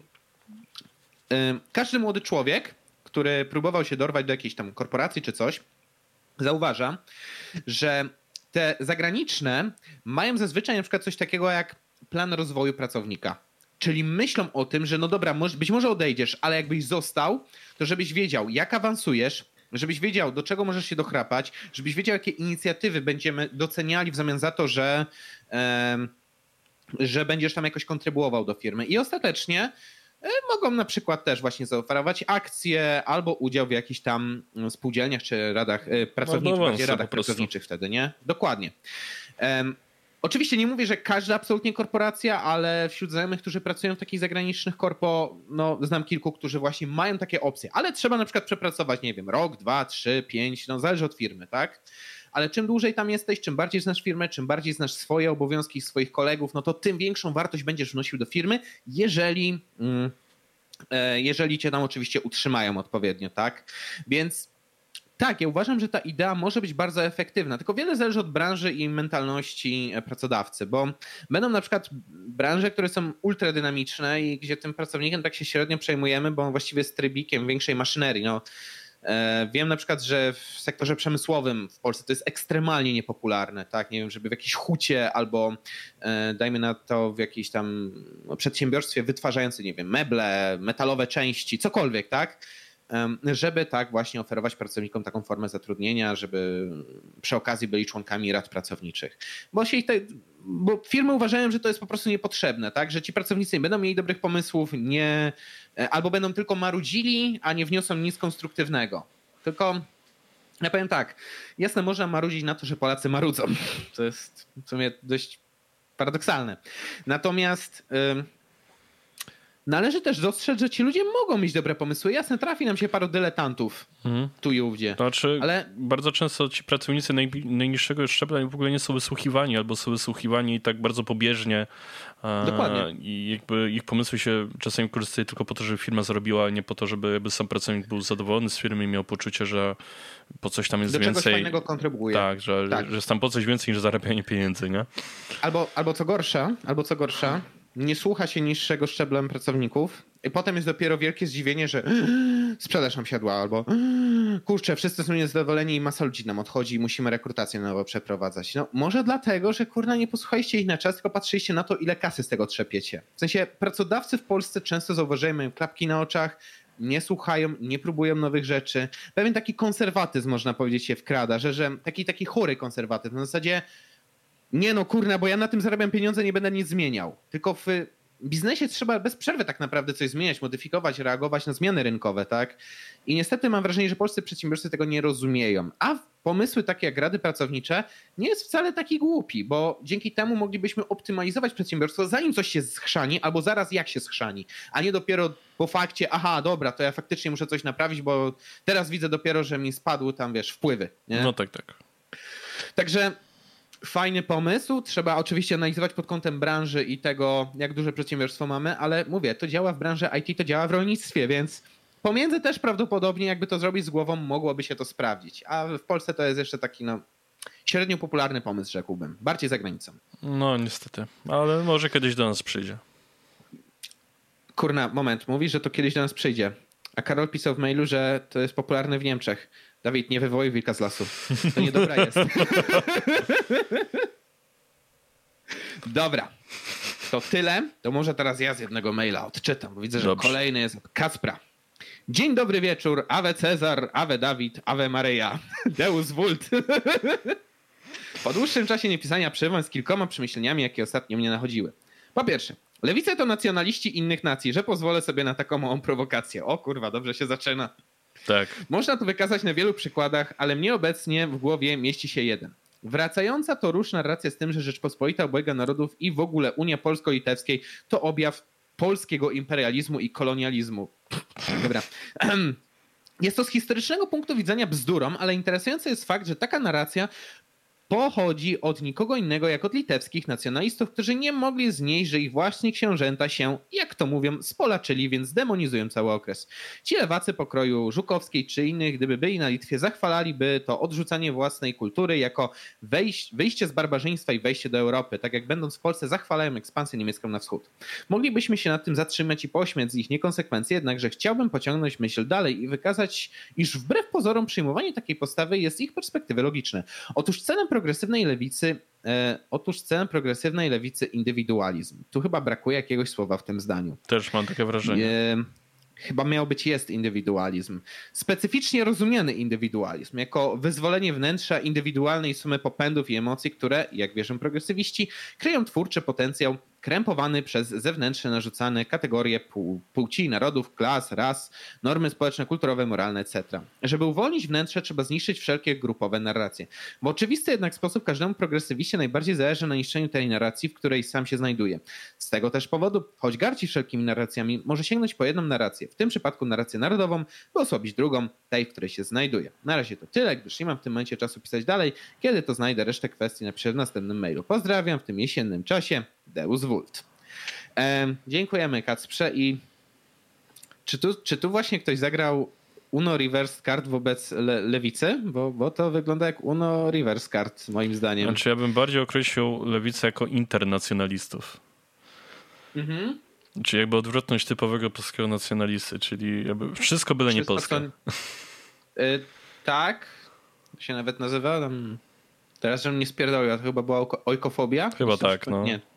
Każdy młody człowiek, który próbował się dorwać do jakiejś tam korporacji czy coś, zauważa, że te zagraniczne mają zazwyczaj na przykład coś takiego jak plan rozwoju pracownika. Czyli myślą o tym, że no dobra, być może odejdziesz, ale jakbyś został, to żebyś wiedział, jak awansujesz, żebyś wiedział, do czego możesz się dochrapać, żebyś wiedział, jakie inicjatywy będziemy doceniali w zamian za to, że, e, że będziesz tam jakoś kontrybuował do firmy. I ostatecznie e, mogą na przykład też właśnie zaoferować akcje albo udział w jakichś tam spółdzielniach czy radach e, pracowniczych, no, no, radach pracowniczych wtedy, nie? Dokładnie. E, Oczywiście nie mówię, że każda absolutnie korporacja, ale wśród znajomych, którzy pracują w takich zagranicznych korpo, no znam kilku, którzy właśnie mają takie opcje, ale trzeba na przykład przepracować, nie wiem, rok, dwa, trzy, pięć, no zależy od firmy, tak? Ale czym dłużej tam jesteś, czym bardziej znasz firmę, czym bardziej znasz swoje obowiązki, swoich kolegów, no to tym większą wartość będziesz wnosił do firmy, jeżeli, jeżeli cię tam oczywiście utrzymają odpowiednio, tak? Więc tak, ja uważam, że ta idea może być bardzo efektywna, tylko wiele zależy od branży i mentalności pracodawcy, bo będą na przykład branże, które są ultradynamiczne i gdzie tym pracownikiem tak się średnio przejmujemy, bo on właściwie jest trybikiem większej maszynerii. No, e, wiem na przykład, że w sektorze przemysłowym w Polsce to jest ekstremalnie niepopularne, tak? Nie wiem, żeby w jakiejś hucie albo e, dajmy na to w jakimś tam przedsiębiorstwie wytwarzającym, nie wiem, meble, metalowe części, cokolwiek, tak? Żeby tak właśnie oferować pracownikom taką formę zatrudnienia, żeby przy okazji byli członkami rad pracowniczych. Bo, się te, bo firmy uważają, że to jest po prostu niepotrzebne, tak? Że ci pracownicy nie będą mieli dobrych pomysłów, nie, albo będą tylko marudzili, a nie wniosą nic konstruktywnego. Tylko ja powiem tak, jasne, można marudzić na to, że Polacy marudzą. To jest w sumie dość paradoksalne. Natomiast należy też dostrzec, że ci ludzie mogą mieć dobre pomysły. Jasne, trafi nam się paru dyletantów mhm. tu i ówdzie. To znaczy, ale bardzo często ci pracownicy naj, najniższego szczebla w ogóle nie są wysłuchiwani, albo są wysłuchiwani tak bardzo pobieżnie. Dokładnie. I jakby ich pomysły się czasami korzystają tylko po to, żeby firma zarobiła, a nie po to, żeby jakby sam pracownik był zadowolony z firmy i miał poczucie, że po coś tam jest Do więcej. Do czegoś fajnego kontrybuje. Tak, że, tak. że jest tam po coś więcej niż zarabianie pieniędzy, nie? Albo, albo co gorsza, albo co gorsza, nie słucha się niższego szczeblem pracowników i potem jest dopiero wielkie zdziwienie, że sprzedaż nam siadła, albo kurczę, wszyscy są niezadowoleni i masa ludzi nam odchodzi i musimy rekrutację na nowo przeprowadzać. No może dlatego, że kurna nie posłuchaliście ich na czas, tylko patrzyliście na to, ile kasy z tego trzepiecie. W sensie pracodawcy w Polsce często zauważają, mają klapki na oczach, nie słuchają, nie próbują nowych rzeczy. Pewien taki konserwatyzm, można powiedzieć, się wkrada, że, że taki, taki chory konserwatyzm. Na zasadzie nie no kurna, bo ja na tym zarabiam pieniądze, nie będę nic zmieniał. Tylko w biznesie trzeba bez przerwy tak naprawdę coś zmieniać, modyfikować, reagować na zmiany rynkowe, tak? I niestety mam wrażenie, że polscy przedsiębiorcy tego nie rozumieją. A pomysły takie jak rady pracownicze nie jest wcale taki głupi, bo dzięki temu moglibyśmy optymalizować przedsiębiorstwo, zanim coś się schrzani, albo zaraz jak się schrzani, a nie dopiero po fakcie, aha, dobra, to ja faktycznie muszę coś naprawić, bo teraz widzę dopiero, że mi spadły tam, wiesz, wpływy. Nie? No tak, tak. Także fajny pomysł, trzeba oczywiście analizować pod kątem branży i tego, jak duże przedsiębiorstwo mamy, ale mówię, to działa w branży I T, to działa w rolnictwie, więc pomiędzy też prawdopodobnie, jakby to zrobić z głową, mogłoby się to sprawdzić. A w Polsce to jest jeszcze taki no średnio popularny pomysł, rzekłbym. Bardziej za granicą. No niestety, ale może kiedyś do nas przyjdzie. Kurna, moment, mówisz, że to kiedyś do nas przyjdzie. A Karol pisał w mailu, że to jest popularne w Niemczech. Dawid, nie wywołuj wilka z lasu. To niedobra jest. Dobra. To tyle. To może teraz ja z jednego maila odczytam, bo widzę, że Dobrze. Kolejny jest od Kacpra. Dzień dobry wieczór. Ave Cezar, Ave Dawid, Ave Maryja. Deus Vult. Po dłuższym czasie niepisania przerywam z kilkoma przemyśleniami, jakie ostatnio mnie nachodziły. Po pierwsze, lewice to nacjonaliści innych nacji, że pozwolę sobie na taką małą prowokację. O kurwa, dobrze się zaczyna. Tak. Można to wykazać na wielu przykładach, ale mnie obecnie w głowie mieści się jeden. Wracająca to róż narracja z tym, że Rzeczpospolita Obojga Narodów i w ogóle Unia Polsko-Litewskiej to objaw polskiego imperializmu i kolonializmu. Dobra. Jest to z historycznego punktu widzenia bzdurą, ale interesujący jest fakt, że taka narracja pochodzi od nikogo innego jak od litewskich nacjonalistów, którzy nie mogli znieść, że ich właśnie książęta się, jak to mówią, spolaczyli, więc demonizują cały okres. Ci lewacy pokroju Żukowskiej czy innych, gdyby byli na Litwie, zachwalaliby to odrzucanie własnej kultury jako wejś, wyjście z barbarzyństwa i wejście do Europy, tak jak będąc w Polsce zachwalają ekspansję niemiecką na wschód. Moglibyśmy się nad tym zatrzymać i pośmiać z ich niekonsekwencji, jednakże chciałbym pociągnąć myśl dalej i wykazać, iż wbrew pozorom przyjmowanie takiej postawy jest z ich perspektywy logiczne. Otóż celem progresywnej lewicy, e, otóż celem progresywnej lewicy indywidualizm. Tu chyba brakuje jakiegoś słowa w tym zdaniu. Też mam takie wrażenie. E, chyba miał być jest indywidualizm. Specyficznie rozumiany indywidualizm jako wyzwolenie wnętrza indywidualnej sumy popędów i emocji, które, jak wierzą progresywiści, kryją twórczy potencjał krępowany przez zewnętrzne narzucane kategorie płci, narodów, klas, ras, normy społeczne, kulturowe, moralne, et cetera. Żeby uwolnić wnętrze, trzeba zniszczyć wszelkie grupowe narracje. W oczywisty jednak sposób każdemu progresywiście najbardziej zależy na niszczeniu tej narracji, w której sam się znajduje. Z tego też powodu, choć garci wszelkimi narracjami, może sięgnąć po jedną narrację, w tym przypadku narrację narodową, by osłabić drugą, tej, w której się znajduje. Na razie to tyle, gdyż nie mam w tym momencie czasu pisać dalej. Kiedy to znajdę resztę kwestii, napiszę w następnym mailu. Pozdrawiam w tym jesiennym czasie. Deus Vult. E, dziękujemy, Kacprze. I czy tu, czy tu właśnie ktoś zagrał Uno Reverse Card wobec le, lewicy? Bo, bo to wygląda jak Uno Reverse Card, moim zdaniem. Znaczy ja bym bardziej określił lewicę jako internacjonalistów. Mhm. Czyli jakby odwrotność typowego polskiego nacjonalisty, czyli jakby wszystko byle wszystko nie polskie. To, y, tak, to się nawet nazywa. Tam, teraz, żebym nie spierdolił, to chyba była ojkofobia? Chyba Myślę, tak, no. Nie.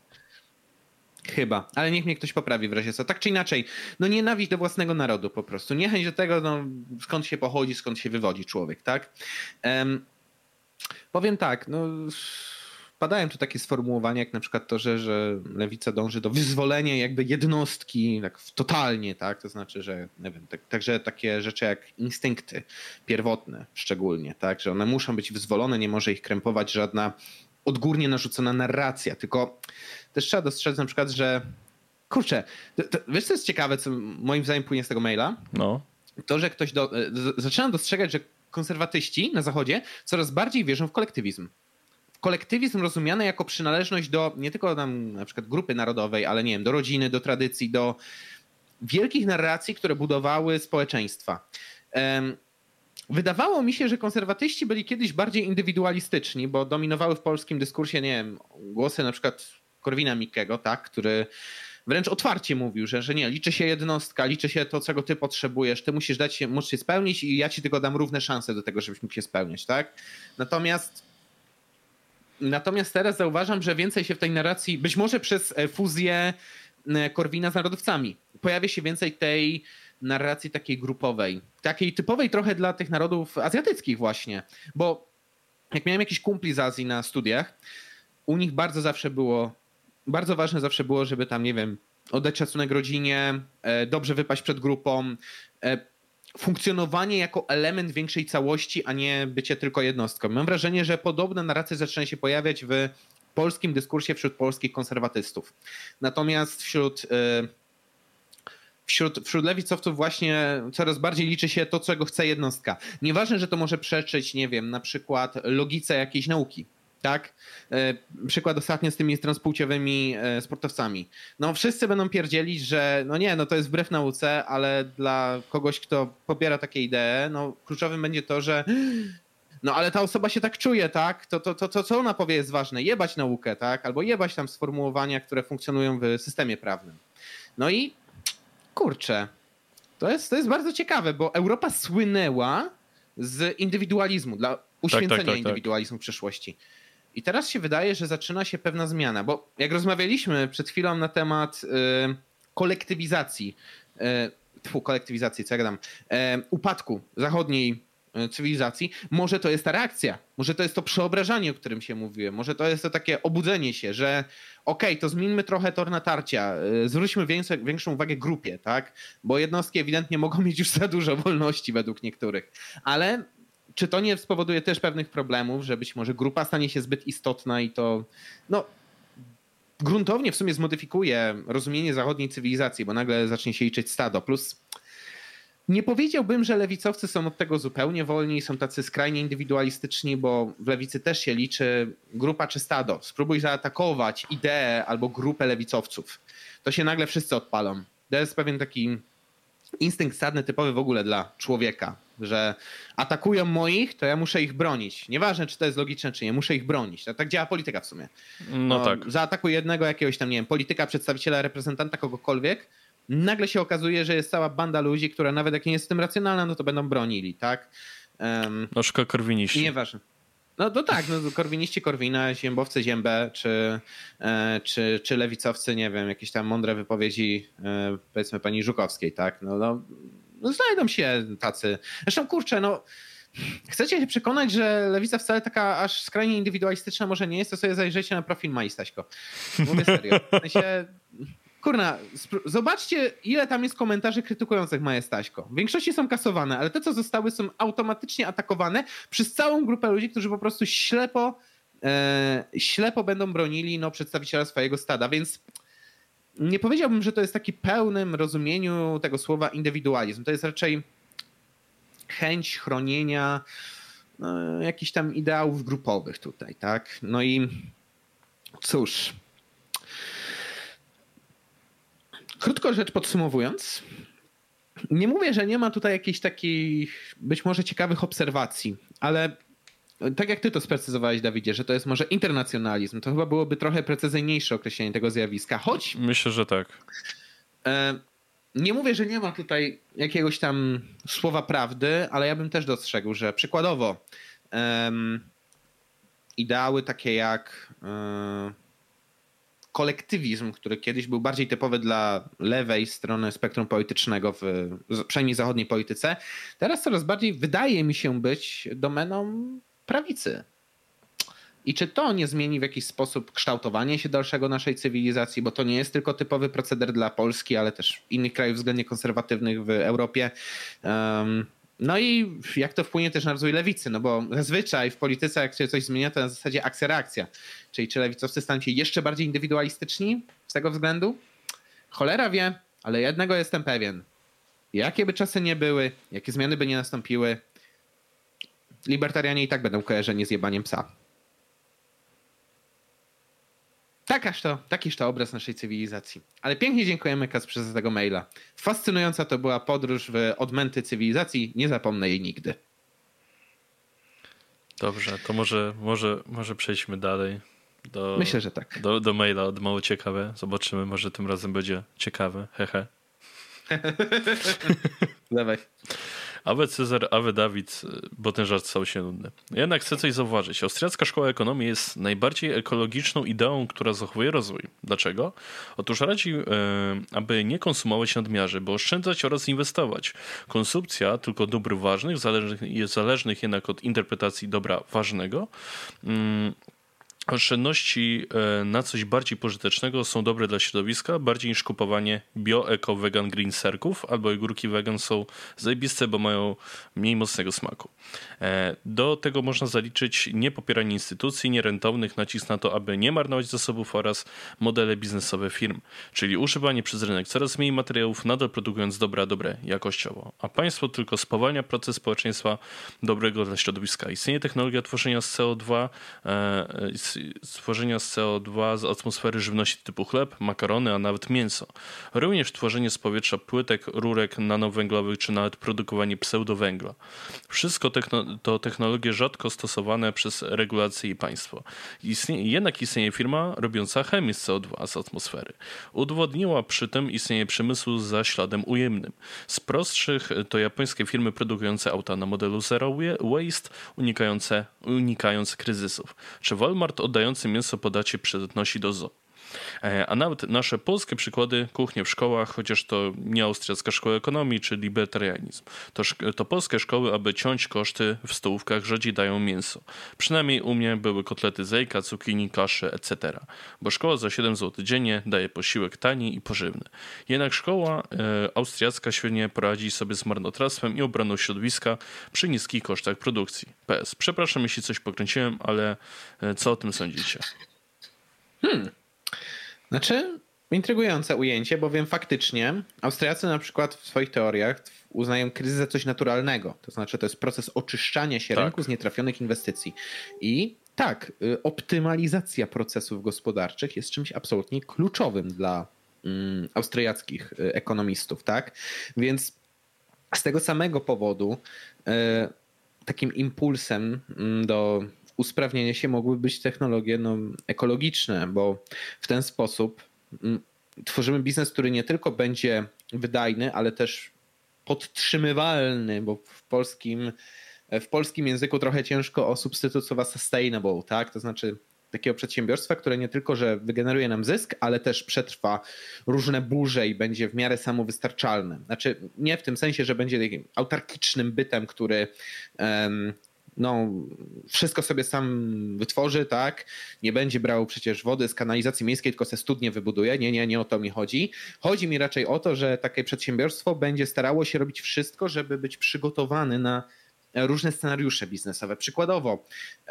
Chyba, ale niech mnie ktoś poprawi w razie co. Tak czy inaczej, no nienawiść do własnego narodu po prostu. Niechęć do tego, no, skąd się pochodzi, skąd się wywodzi człowiek, tak? Um, powiem tak, no padają tu takie sformułowania jak na przykład to, że, że lewica dąży do wyzwolenia jakby jednostki tak totalnie, tak? To znaczy, że nie wiem, tak, także takie rzeczy jak instynkty pierwotne szczególnie, tak? Że one muszą być wyzwolone, nie może ich krępować żadna odgórnie narzucona narracja, tylko też trzeba dostrzec na przykład, że kurczę, to, to, wiesz co jest ciekawe, co moim zdaniem płynie z tego maila? No. To, że ktoś do, z, zaczynam dostrzegać, że konserwatyści na Zachodzie coraz bardziej wierzą w kolektywizm. W kolektywizm rozumiany jako przynależność do nie tylko tam na przykład grupy narodowej, ale nie wiem, do rodziny, do tradycji, do wielkich narracji, które budowały społeczeństwa. Um, Wydawało mi się, że konserwatyści byli kiedyś bardziej indywidualistyczni, bo dominowały w polskim dyskursie, nie wiem, głosy na przykład Korwina-Mikkego, tak, który wręcz otwarcie mówił, że, że nie, liczy się jednostka, liczy się to, czego ty potrzebujesz, ty musisz dać się, możesz się spełnić i ja ci tylko dam równe szanse do tego, żebyś mógł się spełniać, tak? Natomiast natomiast teraz zauważam, że więcej się w tej narracji, być może przez fuzję Korwina z narodowcami, pojawia się więcej tej narracji takiej grupowej, takiej typowej trochę dla tych narodów azjatyckich właśnie, bo jak miałem jakiś kumpli z Azji na studiach, u nich bardzo zawsze było, bardzo ważne zawsze było, żeby tam, nie wiem, oddać szacunek rodzinie, dobrze wypaść przed grupą, funkcjonowanie jako element większej całości, a nie bycie tylko jednostką. Mam wrażenie, że podobne narracje zaczynają się pojawiać w polskim dyskursie wśród polskich konserwatystów. Natomiast wśród Wśród, wśród lewicowców właśnie coraz bardziej liczy się to, czego chce jednostka. Nieważne, że to może przeczyć, nie wiem, na przykład logice jakiejś nauki, tak? E, przykład ostatnio z tymi transpłciowymi e, sportowcami. No wszyscy będą pierdzielić, że no nie, no to jest wbrew nauce, ale dla kogoś, kto popiera takie idee, no kluczowym będzie to, że no ale ta osoba się tak czuje, tak? To, to, to, to co ona powie jest ważne. Jebać naukę, tak? Albo jebać tam sformułowania, które funkcjonują w systemie prawnym. No i kurczę, to jest, to jest bardzo ciekawe, bo Europa słynęła z indywidualizmu, dla uświęcenia tak, tak, tak, indywidualizmu tak. w przeszłości. I teraz się wydaje, że zaczyna się pewna zmiana, bo jak rozmawialiśmy przed chwilą na temat y, kolektywizacji, y, tfu, kolektywizacji, co ja gadam, y, upadku zachodniej cywilizacji, może to jest ta reakcja, może to jest to przeobrażanie, o którym się mówiłem, może to jest to takie obudzenie się, że okej, okay, to zmieńmy trochę tor natarcia, zwróćmy więcej, większą uwagę grupie, tak? Bo jednostki ewidentnie mogą mieć już za dużo wolności według niektórych, ale czy to nie spowoduje też pewnych problemów, że być może grupa stanie się zbyt istotna i to no gruntownie w sumie zmodyfikuje rozumienie zachodniej cywilizacji, bo nagle zacznie się liczyć stado, plus nie powiedziałbym, że lewicowcy są od tego zupełnie wolni, są tacy skrajnie indywidualistyczni, bo w lewicy też się liczy grupa czy stado. Spróbuj zaatakować ideę albo grupę lewicowców. To się nagle wszyscy odpalą. To jest pewien taki instynkt stadny typowy w ogóle dla człowieka, że atakują moich, to ja muszę ich bronić. Nieważne, czy to jest logiczne, czy nie, muszę ich bronić. Tak działa polityka w sumie. No, no tak. Zaatakuj jednego jakiegoś tam, nie wiem, polityka, przedstawiciela, reprezentanta, kogokolwiek, nagle się okazuje, że jest cała banda ludzi, która nawet jak nie jest w tym racjonalna, no to będą bronili, tak? Um, no szkoda korwiniści. Nieważne. No to tak, no, korwiniści Korwina, ziębowcy Ziębę, czy, e, czy, czy lewicowcy, nie wiem, jakieś tam mądre wypowiedzi e, powiedzmy pani Żukowskiej, tak? No, no, no znajdą się tacy. Zresztą kurczę, no chcecie się przekonać, że lewica wcale taka aż skrajnie indywidualistyczna może nie jest, to sobie zajrzyjcie na profil Mai Staśko. Mówię serio. W sensie, kurna, zobaczcie, ile tam jest komentarzy krytykujących Maję Staśko. W większości są kasowane, ale te, co zostały, są automatycznie atakowane przez całą grupę ludzi, którzy po prostu ślepo, e, ślepo będą bronili no, przedstawiciela swojego stada, więc nie powiedziałbym, że to jest taki pełnym rozumieniu tego słowa indywidualizm. To jest raczej chęć chronienia no, jakichś tam ideałów grupowych tutaj, tak? No i cóż... Krótko rzecz podsumowując, nie mówię, że nie ma tutaj jakichś takich być może ciekawych obserwacji, ale tak jak ty to sprecyzowałeś, Dawidzie, że to jest może internacjonalizm, to chyba byłoby trochę precyzyjniejsze określenie tego zjawiska, choć... Myślę, że tak. Nie mówię, że nie ma tutaj jakiegoś tam słowa prawdy, ale ja bym też dostrzegł, że przykładowo um, ideały takie jak... Um, kolektywizm, który kiedyś był bardziej typowy dla lewej strony spektrum politycznego, w przynajmniej zachodniej polityce, teraz coraz bardziej wydaje mi się być domeną prawicy. I czy to nie zmieni w jakiś sposób kształtowanie się dalszego naszej cywilizacji, bo to nie jest tylko typowy proceder dla Polski, ale też innych krajów względnie konserwatywnych w Europie. Um, No i jak to wpłynie też na rozwój lewicy, no bo zazwyczaj w polityce jak się coś zmienia, to na zasadzie akcja-reakcja. Czyli czy lewicowcy staną się jeszcze bardziej indywidualistyczni z tego względu? Cholera wie, ale jednego jestem pewien. Jakie by czasy nie były, jakie zmiany by nie nastąpiły, libertarianie i tak będą kojarzeni z jebaniem psa. Takaż to, takiż to obraz naszej cywilizacji. Ale pięknie dziękujemy, Kasprze, za tego maila. Fascynująca to była podróż w odmęty cywilizacji. Nie zapomnę jej nigdy. Dobrze, to może, może, może przejdźmy dalej. Do, Myślę, że tak. Do, do maila od Mało Ciekawe. Zobaczymy, może tym razem będzie ciekawe. Hehe. Dawaj. Awe Cezar, awe Dawid, bo ten żart stał się nudny. Jednak chcę coś zauważyć. Austriacka Szkoła Ekonomii jest najbardziej ekologiczną ideą, która zachowuje rozwój. Dlaczego? Otóż radzi, e, aby nie konsumować nadmiarze, by oszczędzać oraz inwestować. Konsumpcja tylko dóbr ważnych, zależnych, zależnych jednak od interpretacji dobra ważnego, mm, oszczędności na coś bardziej pożytecznego są dobre dla środowiska, bardziej niż kupowanie bio, eko, vegan, green serków, albo ogórki vegan są zajebiste, bo mają mniej mocnego smaku. Do tego można zaliczyć niepopieranie instytucji nierentownych, nacisk na to, aby nie marnować zasobów oraz modele biznesowe firm, czyli używanie przez rynek coraz mniej materiałów, nadal produkując dobra dobre jakościowo, a państwo tylko spowalnia proces społeczeństwa dobrego dla środowiska. Istnieje technologia tworzenia z C O dwa, stworzenia z C O dwa z atmosfery żywności typu chleb, makarony, a nawet mięso. Również tworzenie z powietrza płytek, rurek nanowęglowych, czy nawet produkowanie pseudowęgla. Wszystko techno- to technologie rzadko stosowane przez regulacje i państwo. Istnieje, jednak istnieje firma robiąca chemię z C O dwa z atmosfery. Udowodniła przy tym istnienie przemysłu za śladem ujemnym. Z prostszych to japońskie firmy produkujące auta na modelu Zero Waste, unikające, unikając kryzysów. Czy Walmart oddający mięso po dacie przydatności do zoo. A nawet nasze polskie przykłady kuchni w szkołach, chociaż to nie austriacka szkoła ekonomii czy libertarianizm, to, to polskie szkoły, aby ciąć koszty w stołówkach, rzadziej dają mięso. Przynajmniej u mnie były kotlety z jajka, cukinii, kaszy, et cetera. Bo szkoła za siedem złotych dziennie daje posiłek tani i pożywny. Jednak szkoła e, austriacka świetnie poradzi sobie z marnotrawstwem i obroną środowiska przy niskich kosztach produkcji. P S. Przepraszam, jeśli coś pokręciłem, ale e, co o tym sądzicie? Hmm. Znaczy, intrygujące ujęcie, bowiem faktycznie Austriacy na przykład w swoich teoriach uznają kryzys za coś naturalnego. To znaczy, to jest proces oczyszczania się tak. rynku z nietrafionych inwestycji. I tak, optymalizacja procesów gospodarczych jest czymś absolutnie kluczowym dla um, austriackich ekonomistów, tak? Więc z tego samego powodu e, takim impulsem do usprawnienia się mogły być technologie no, ekologiczne, bo w ten sposób m, tworzymy biznes, który nie tylko będzie wydajny, ale też podtrzymywalny, bo w polskim, w polskim języku trochę ciężko o substytut słowa sustainable, tak? To znaczy takiego przedsiębiorstwa, które nie tylko, że wygeneruje nam zysk, ale też przetrwa różne burze i będzie w miarę samowystarczalne. Znaczy nie w tym sensie, że będzie takim autarkicznym bytem, który um, no, wszystko sobie sam wytworzy, tak? Nie będzie brał przecież wody z kanalizacji miejskiej, tylko se studnie wybuduje. Nie, nie, nie o to mi chodzi. Chodzi mi raczej o to, że takie przedsiębiorstwo będzie starało się robić wszystko, żeby być przygotowany na różne scenariusze biznesowe. Przykładowo,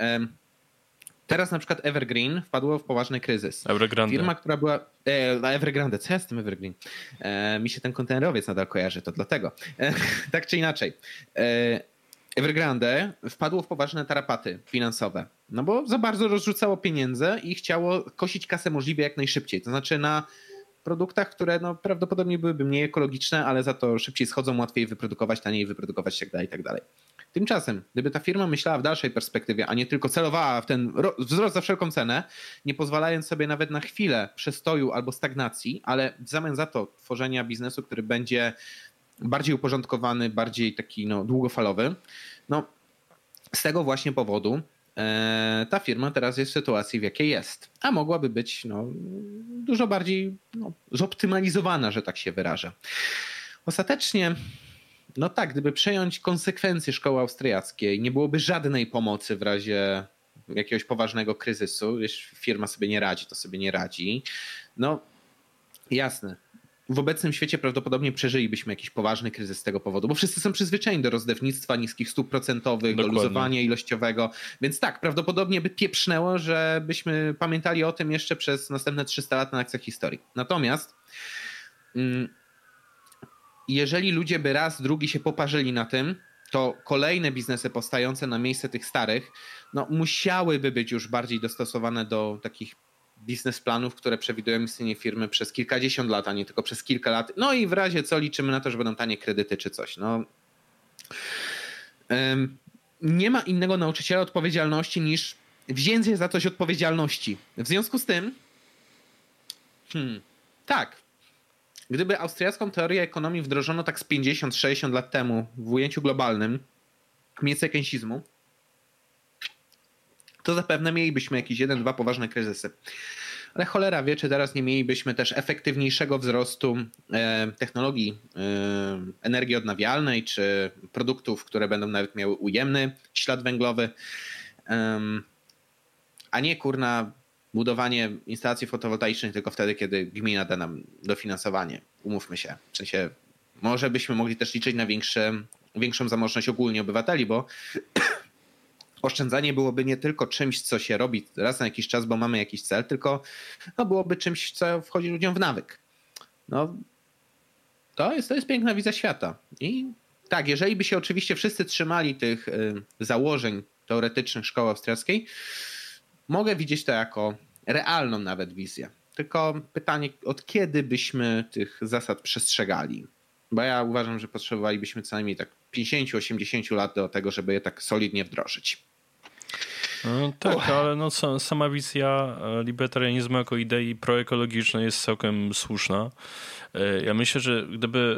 teraz na przykład Evergreen wpadło w poważny kryzys. Evergrande. Firma, która była... E, Evergrande, co ja z tym Evergreen? E, mi się ten kontenerowiec nadal kojarzy, to dlatego. E, tak czy inaczej. E, Evergrande wpadło w poważne tarapaty finansowe, no bo za bardzo rozrzucało pieniądze i chciało kosić kasę możliwie jak najszybciej. To znaczy na produktach, które no prawdopodobnie byłyby mniej ekologiczne, ale za to szybciej schodzą, łatwiej wyprodukować, taniej wyprodukować i tak dalej, i tak dalej. Tymczasem, gdyby ta firma myślała w dalszej perspektywie, a nie tylko celowała w ten wzrost za wszelką cenę, nie pozwalając sobie nawet na chwilę przestoju albo stagnacji, ale w zamian za to tworzenia biznesu, który będzie bardziej uporządkowany, bardziej taki no, długofalowy. No, z tego właśnie powodu e, ta firma teraz jest w sytuacji, w jakiej jest. A mogłaby być no, dużo bardziej no, zoptymalizowana, że tak się wyrażę. Ostatecznie, no tak, gdyby przejąć konsekwencje szkoły austriackiej, nie byłoby żadnej pomocy w razie jakiegoś poważnego kryzysu. Jeśli firma sobie nie radzi, to sobie nie radzi. No jasne. W obecnym świecie prawdopodobnie przeżylibyśmy jakiś poważny kryzys z tego powodu, bo wszyscy są przyzwyczajeni do rozdawnictwa, niskich stóp procentowych, Dokładnie. do luzowania ilościowego. Więc tak, prawdopodobnie by pieprznęło, żebyśmy pamiętali o tym jeszcze przez następne trzysta lat na akcjach historii. Natomiast jeżeli ludzie by raz, drugi się poparzyli na tym, to kolejne biznesy powstające na miejsce tych starych, no musiałyby być już bardziej dostosowane do takich biznesplanów, które przewidują istnienie firmy przez kilkadziesiąt lat, a nie tylko przez kilka lat. No i w razie co liczymy na to, że będą tanie kredyty czy coś. No. Nie ma innego nauczyciela odpowiedzialności niż wzięcie za coś odpowiedzialności. W związku z tym hmm, tak, gdyby austriacką teorię ekonomii wdrożono tak z pięćdziesiąt sześćdziesiąt lat temu w ujęciu globalnym, w miejsce keynesizmu, to zapewne mielibyśmy jakieś jeden, dwa poważne kryzysy. Ale cholera wie, czy teraz nie mielibyśmy też efektywniejszego wzrostu e, technologii e, energii odnawialnej, czy produktów, które będą nawet miały ujemny ślad węglowy, e, a nie kurna budowanie instalacji fotowoltaicznych tylko wtedy, kiedy gmina da nam dofinansowanie. Umówmy się. W sensie może byśmy mogli też liczyć na większe, większą zamożność ogólnie obywateli, bo oszczędzanie byłoby nie tylko czymś, co się robi raz na jakiś czas, bo mamy jakiś cel, tylko no, byłoby czymś, co wchodzi ludziom w nawyk. No, to jest, to jest piękna wizja świata. I tak, jeżeli by się oczywiście wszyscy trzymali tych y, założeń teoretycznych szkoły austriackiej, mogę widzieć to jako realną nawet wizję. Tylko pytanie, od kiedy byśmy tych zasad przestrzegali? Bo ja uważam, że potrzebowalibyśmy co najmniej tak pięćdziesiąt osiemdziesiąt lat do tego, żeby je tak solidnie wdrożyć. No, tak, Uch. ale no, sama wizja libertarianizmu jako idei proekologicznej jest całkiem słuszna. Ja myślę, że gdyby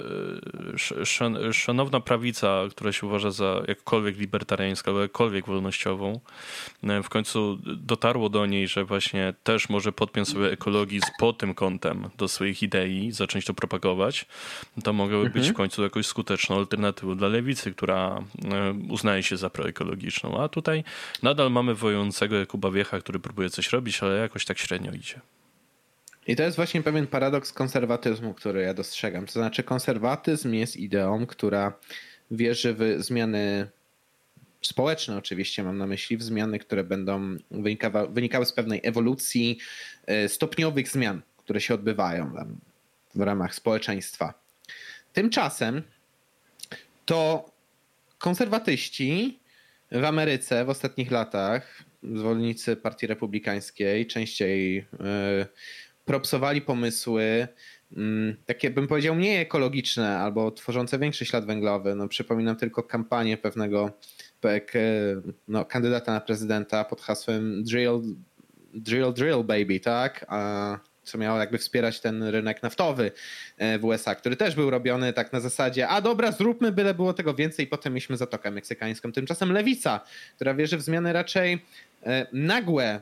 szanowna prawica, która się uważa za jakkolwiek libertariańską, albo jakkolwiek wolnościową, w końcu dotarło do niej, że właśnie też może podpiąć sobie ekologizm pod tym kątem do swoich idei, zacząć to propagować, to mogłaby mhm. być w końcu jakąś skuteczną alternatywą dla lewicy, która uznaje się za proekologiczną. A tutaj nadal mamy wojującego Jakuba Wiecha, który próbuje coś robić, ale jakoś tak średnio idzie. I to jest właśnie pewien paradoks konserwatyzmu, który ja dostrzegam. To znaczy konserwatyzm jest ideą, która wierzy w zmiany społeczne oczywiście, mam na myśli, w zmiany, które będą wynikały, wynikały z pewnej ewolucji, stopniowych zmian, które się odbywają w ramach społeczeństwa. Tymczasem to konserwatyści w Ameryce w ostatnich latach, zwolennicy Partii Republikańskiej, częściej yy, propsowali pomysły takie, bym powiedział, mniej ekologiczne albo tworzące większy ślad węglowy. No, przypominam tylko kampanię pewnego no, kandydata na prezydenta pod hasłem drill, drill, drill baby, tak? A co miało jakby wspierać ten rynek naftowy w U S A, który też był robiony tak na zasadzie, a dobra, zróbmy, byle było tego więcej, i potem mieliśmy Zatokę Meksykańską. Tymczasem lewica, która wierzy w zmiany raczej nagłe,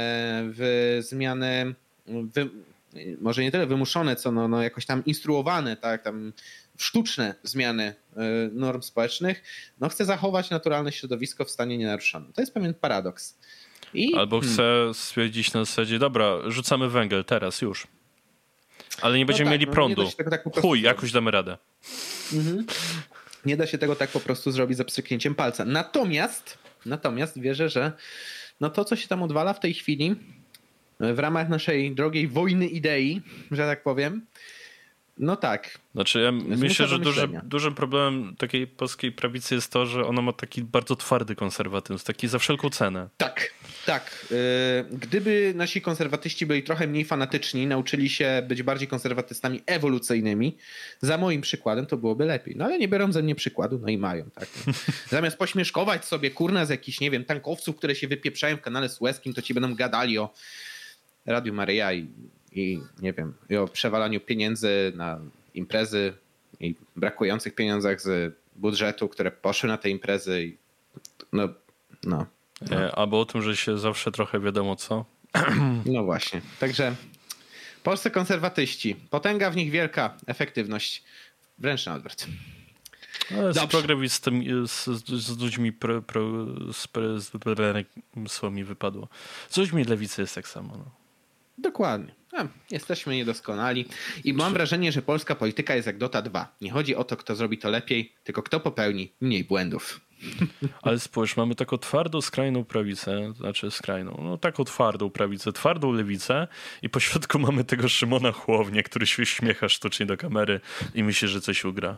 w zmiany Wy, może nie tyle wymuszone, co no, no jakoś tam instruowane, tak, tam sztuczne zmiany y, norm społecznych, no chce zachować naturalne środowisko w stanie nienaruszonym. To jest pewien paradoks. I, Albo chce hmm. stwierdzić na zasadzie, dobra, rzucamy węgiel teraz już, ale nie będziemy no tak, mieli prądu. No tak Chuj, jakoś damy radę. Mhm. Nie da się tego tak po prostu zrobić za pstryknięciem palca. Natomiast, natomiast wierzę, że no to, co się tam odwala w tej chwili, w ramach naszej drogiej wojny idei, że tak powiem, no tak. Znaczy ja myślę, że duży, dużym problemem takiej polskiej prawicy jest to, że ona ma taki bardzo twardy konserwatyzm, taki za wszelką cenę. Tak, tak. Gdyby nasi konserwatyści byli trochę mniej fanatyczni, nauczyli się być bardziej konserwatystami ewolucyjnymi, za moim przykładem to byłoby lepiej. No ale nie biorą ze mnie przykładu, no i mają. Tak. Zamiast pośmieszkować sobie kurna z jakichś, nie wiem, tankowców, które się wypieprzają w kanale Suezkim, to ci będą gadali o Radiu Maryja i, i nie wiem, i o przewalaniu pieniędzy na imprezy i brakujących pieniądzach z budżetu, które poszły na te imprezy. I no, no, no. Albo o tym, że się zawsze trochę wiadomo co. No właśnie. Także polscy konserwatyści. Potęga w nich wielka, efektywność wręcz na odwrót. Ale z prograwistami, z, z ludźmi pro, pro, z, z, z, słowo mi wypadło. Z ludźmi lewicy jest tak samo. No. Dokładnie. A, jesteśmy niedoskonali i mam wrażenie, że polska polityka jest jak Dota dwa. Nie chodzi o to, kto zrobi to lepiej, tylko kto popełni mniej błędów. Ale spójrz, mamy taką twardą, skrajną prawicę, znaczy skrajną, no taką twardą prawicę, twardą lewicę i po środku mamy tego Szymona Hołownię, który się uśmiecha sztucznie do kamery i myśli, że coś ugra.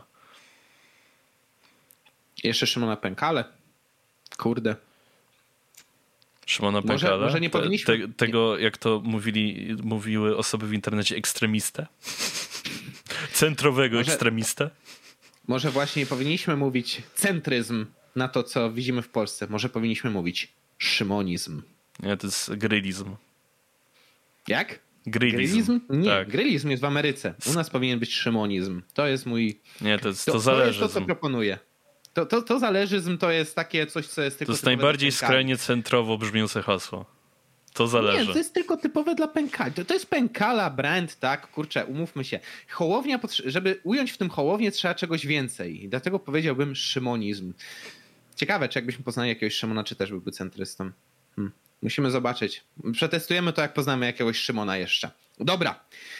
Jeszcze Szymona Pękale. Kurde. Szymona Pękala? Może, może nie powinniśmy... Te, tego, jak to mówili, mówiły osoby w internecie, ekstremistę? Centrowego może, ekstremistę? Może właśnie powinniśmy mówić centryzm na to, co widzimy w Polsce. Może powinniśmy mówić szymonizm. Nie, to jest grylizm. Jak? Grylizm? Grylizm? Nie, tak. Grylizm jest w Ameryce. U nas powinien być szymonizm. To jest mój... Nie, to, jest, to, to zależy. To jest to, co proponuję. To, to, to zależyzm to jest takie coś, co jest tylko... To jest najbardziej skrajnie centrowo brzmiące hasło. To zależy. Nie, to jest tylko typowe dla pękali. To, to jest pękala, brand, tak? Kurczę, umówmy się. Hołownia, żeby ująć w tym Hołownię, trzeba czegoś więcej. I dlatego powiedziałbym szymonizm. Ciekawe, czy jakbyśmy poznali jakiegoś Szymona, czy też byłby centrystą. Hmm. Musimy zobaczyć. Przetestujemy to, jak poznamy jakiegoś Szymona jeszcze. Dobra.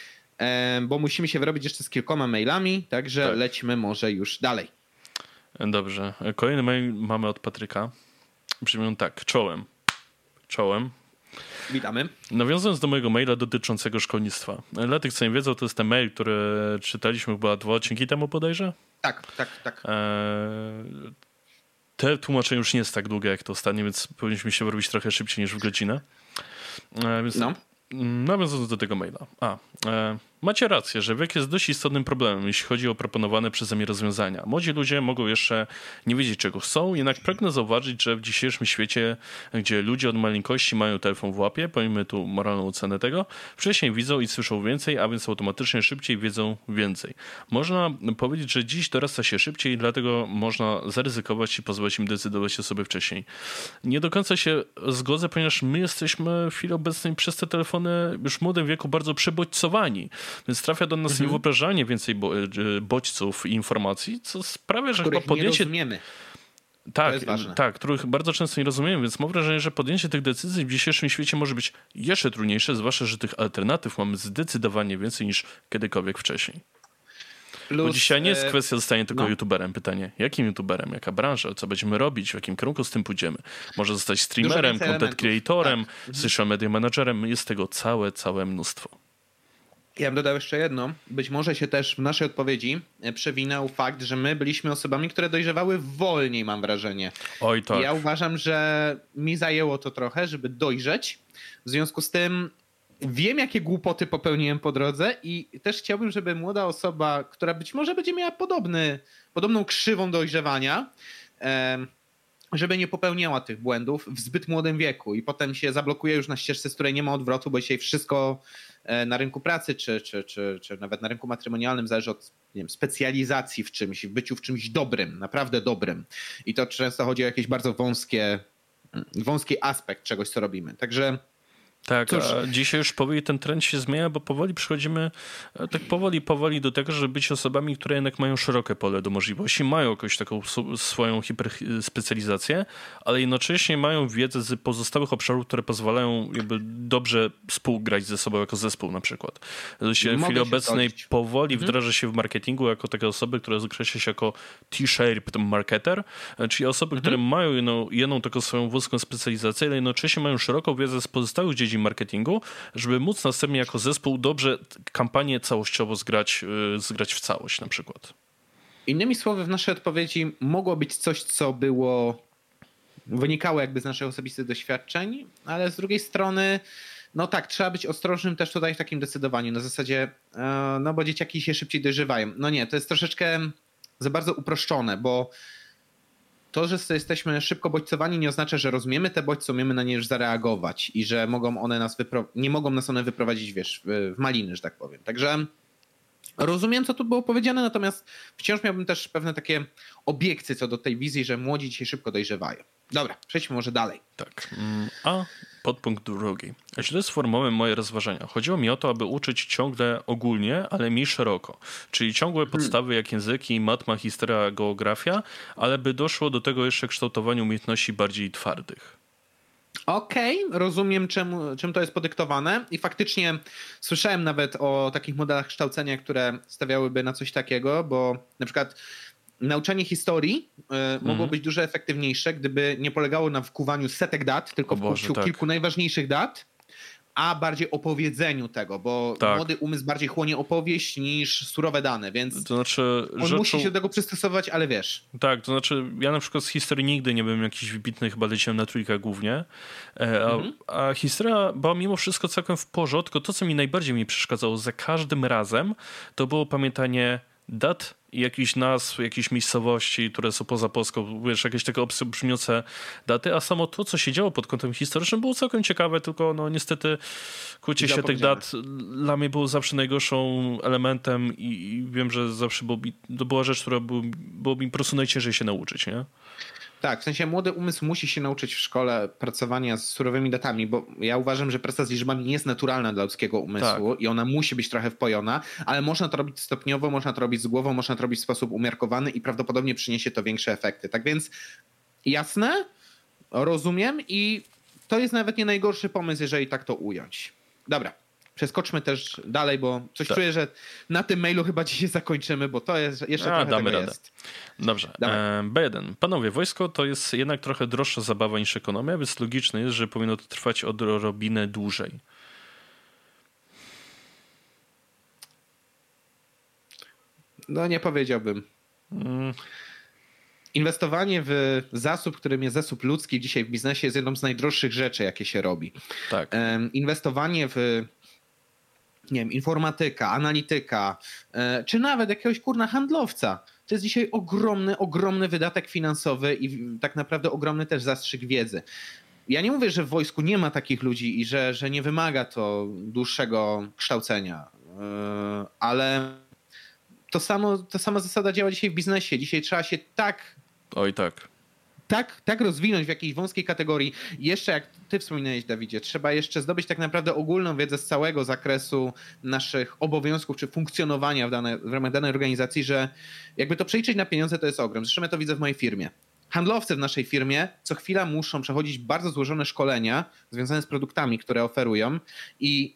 E, bo musimy się wyrobić jeszcze z kilkoma mailami, także tak. Lecimy może już dalej. Dobrze. Kolejny mail mamy od Patryka. Brzmią tak. Czołem. Czołem. Witamy. Nawiązując do mojego maila dotyczącego szkolnictwa. Dla tych, co nie wiedzą, to jest ten mail, który czytaliśmy chyba dwa odcinki temu bodajże? Tak, tak, tak. Eee, te tłumaczenie już nie jest tak długie jak to ostatnie, więc powinniśmy się robić trochę szybciej niż w godzinę. Eee, więc no. Nawiązując do tego maila. A, e, macie rację, że wiek jest dość istotnym problemem, jeśli chodzi o proponowane przeze mnie rozwiązania. Młodzi ludzie mogą jeszcze nie wiedzieć, czego chcą, jednak pragnę zauważyć, że w dzisiejszym świecie, gdzie ludzie od maleńkości mają telefon w łapie, pomimo tu moralną ocenę tego, wcześniej widzą i słyszą więcej, a więc automatycznie szybciej wiedzą więcej. Można powiedzieć, że dziś dorasta się szybciej, dlatego można zaryzykować i pozwolić im decydować o sobie wcześniej. Nie do końca się zgodzę, ponieważ my jesteśmy w chwili obecnej przez te telefony już w młodym wieku bardzo przebodźcowani, więc trafia do nas mhm. niewyobrażalnie więcej bo, bodźców i informacji, co sprawia, że chyba podjęcie... nie rozumiemy. Tak, tak, których bardzo często nie rozumiemy, więc mam wrażenie, że podjęcie tych decyzji w dzisiejszym świecie może być jeszcze trudniejsze, zwłaszcza, że tych alternatyw mamy zdecydowanie więcej niż kiedykolwiek wcześniej. Plus, bo dzisiaj nie jest kwestia zostania tylko no. youtuberem. Pytanie, jakim youtuberem, jaka branża, co będziemy robić, w jakim kierunku z tym pójdziemy. Może zostać streamerem, content creatorem, tak. social media managerem. Jest tego całe, całe mnóstwo. Ja bym dodał jeszcze jedno. Być może się też w naszej odpowiedzi przewinął fakt, że my byliśmy osobami, które dojrzewały wolniej, mam wrażenie. Oj tak. Ja uważam, że mi zajęło to trochę, żeby dojrzeć. W związku z tym wiem, jakie głupoty popełniłem po drodze i też chciałbym, żeby młoda osoba, która być może będzie miała podobny, podobną krzywą dojrzewania, żeby nie popełniała tych błędów w zbyt młodym wieku i potem się zablokuje już na ścieżce, z której nie ma odwrotu, bo dzisiaj wszystko na rynku pracy czy, czy, czy, czy nawet na rynku matrymonialnym zależy od nie wiem, specjalizacji w czymś, w byciu w czymś dobrym, naprawdę dobrym. I to często chodzi o jakieś bardzo wąskie, wąski aspekt czegoś, co robimy. Także tak, Cóż. A dzisiaj już powoli ten trend się zmienia, bo powoli przychodzimy tak powoli, powoli do tego, żeby być osobami, które jednak mają szerokie pole do możliwości, mają jakąś taką swoją hiperspecjalizację, ale jednocześnie mają wiedzę z pozostałych obszarów, które pozwalają jakby dobrze współgrać ze sobą jako zespół na przykład. To się w chwili obecnej zgodzić. powoli mhm. wdraża się w marketingu jako takie osoby, które określa się jako T-shaped marketer, czyli osoby, mhm. które mają jedną, jedną taką swoją wąską specjalizację, ale jednocześnie mają szeroką wiedzę z pozostałych dziedzin marketingu, żeby móc następnie jako zespół dobrze kampanię całościowo zgrać, zgrać w całość na przykład. Innymi słowy, w naszej odpowiedzi mogło być coś, co było wynikało jakby z naszych osobistych doświadczeń, ale z drugiej strony no tak, trzeba być ostrożnym też tutaj w takim decydowaniu. Na zasadzie, no bo dzieciaki się szybciej dojrzewają. No nie, to jest troszeczkę za bardzo uproszczone, bo to, że jesteśmy szybko bodźcowani, nie oznacza, że rozumiemy te bodźce, umiemy na nie już zareagować i że mogą one nas wypro... nie mogą nas one wyprowadzić, wiesz, w maliny, że tak powiem. Także rozumiem, co tu było powiedziane, natomiast wciąż miałbym też pewne takie obiekcje co do tej wizji, że młodzi dzisiaj szybko dojrzewają. Dobra, przejdźmy może dalej. Tak. A podpunkt drugi. Źle sformułowałem moje rozważania. Chodziło mi o to, aby uczyć ciągle ogólnie, ale mniej szeroko. Czyli ciągłe podstawy hmm. jak języki, matma, historia, geografia, ale by doszło do tego jeszcze kształtowania umiejętności bardziej twardych. Okej, okay, rozumiem czym, czym to jest podyktowane i faktycznie słyszałem nawet o takich modelach kształcenia, które stawiałyby na coś takiego, bo na przykład nauczanie historii y, mogło Mhm. być dużo efektywniejsze, gdyby nie polegało na wkuwaniu setek dat, tylko O Boże, w tak. kilku najważniejszych dat, a bardziej opowiedzeniu tego, bo Tak. młody umysł bardziej chłonie opowieść niż surowe dane, więc To znaczy, on rzeczą... musi się do tego przystosować, ale wiesz. Tak, to znaczy ja na przykład z historii nigdy nie byłem jakiś wybitny, chyba leciałem na trójkę głównie, e, a, Mhm. a historia była mimo wszystko całkiem w porządku, tylko to, co mi najbardziej mi przeszkadzało za każdym razem, to było pamiętanie dat i jakichś nazw, jakichś miejscowości, które są poza Polską, wiesz, jakieś takie obce brzmiące daty, a samo to, co się działo pod kątem historycznym, było całkiem ciekawe, tylko no niestety kłócie się tych dat dla mnie było zawsze najgorszą elementem i, i wiem, że zawsze było, to była rzecz, która było, było mi po prostu najciężej się nauczyć, nie? Tak, w sensie młody umysł musi się nauczyć w szkole pracowania z surowymi datami, bo ja uważam, że praca z liczbami nie jest naturalna dla ludzkiego umysłu Tak. i ona musi być trochę wpojona, ale można to robić stopniowo, można to robić z głową, można to robić w sposób umiarkowany i prawdopodobnie przyniesie to większe efekty. Tak więc jasne, rozumiem i to jest nawet nie najgorszy pomysł, jeżeli tak to ująć. Dobra. Przeskoczmy też dalej, bo coś Tak. czuję, że na tym mailu chyba dzisiaj zakończymy, bo to jest jeszcze A, trochę damy tego radę. jest. Dobrze. Dawaj. E, B jeden. Panowie, wojsko to jest jednak trochę droższa zabawa niż ekonomia, więc logiczne jest, że powinno to trwać odrobinę dłużej. No nie powiedziałbym. Mm, Inwestowanie w zasób, którym jest zasób ludzki dzisiaj w biznesie jest jedną z najdroższych rzeczy, jakie się robi. tak. Em, Inwestowanie w nie wiem, informatyka, analityka, e, czy nawet jakiegoś kurna handlowca. To jest dzisiaj ogromny, ogromny wydatek finansowy i w- tak naprawdę ogromny też zastrzyk wiedzy. Ja nie mówię, że w wojsku nie ma takich ludzi i że, że nie wymaga to dłuższego kształcenia, e, ale to samo, ta sama zasada działa dzisiaj w biznesie. Dzisiaj trzeba się tak Oj, tak. tak, tak rozwinąć w jakiejś wąskiej kategorii. Jeszcze jak ty wspominałeś, Dawidzie, trzeba jeszcze zdobyć tak naprawdę ogólną wiedzę z całego zakresu naszych obowiązków czy funkcjonowania w, dane, w ramach danej organizacji, że jakby to przeliczyć na pieniądze to jest ogrom. Zresztą ja to widzę w mojej firmie. Handlowcy w naszej firmie co chwila muszą przechodzić bardzo złożone szkolenia związane z produktami, które oferują i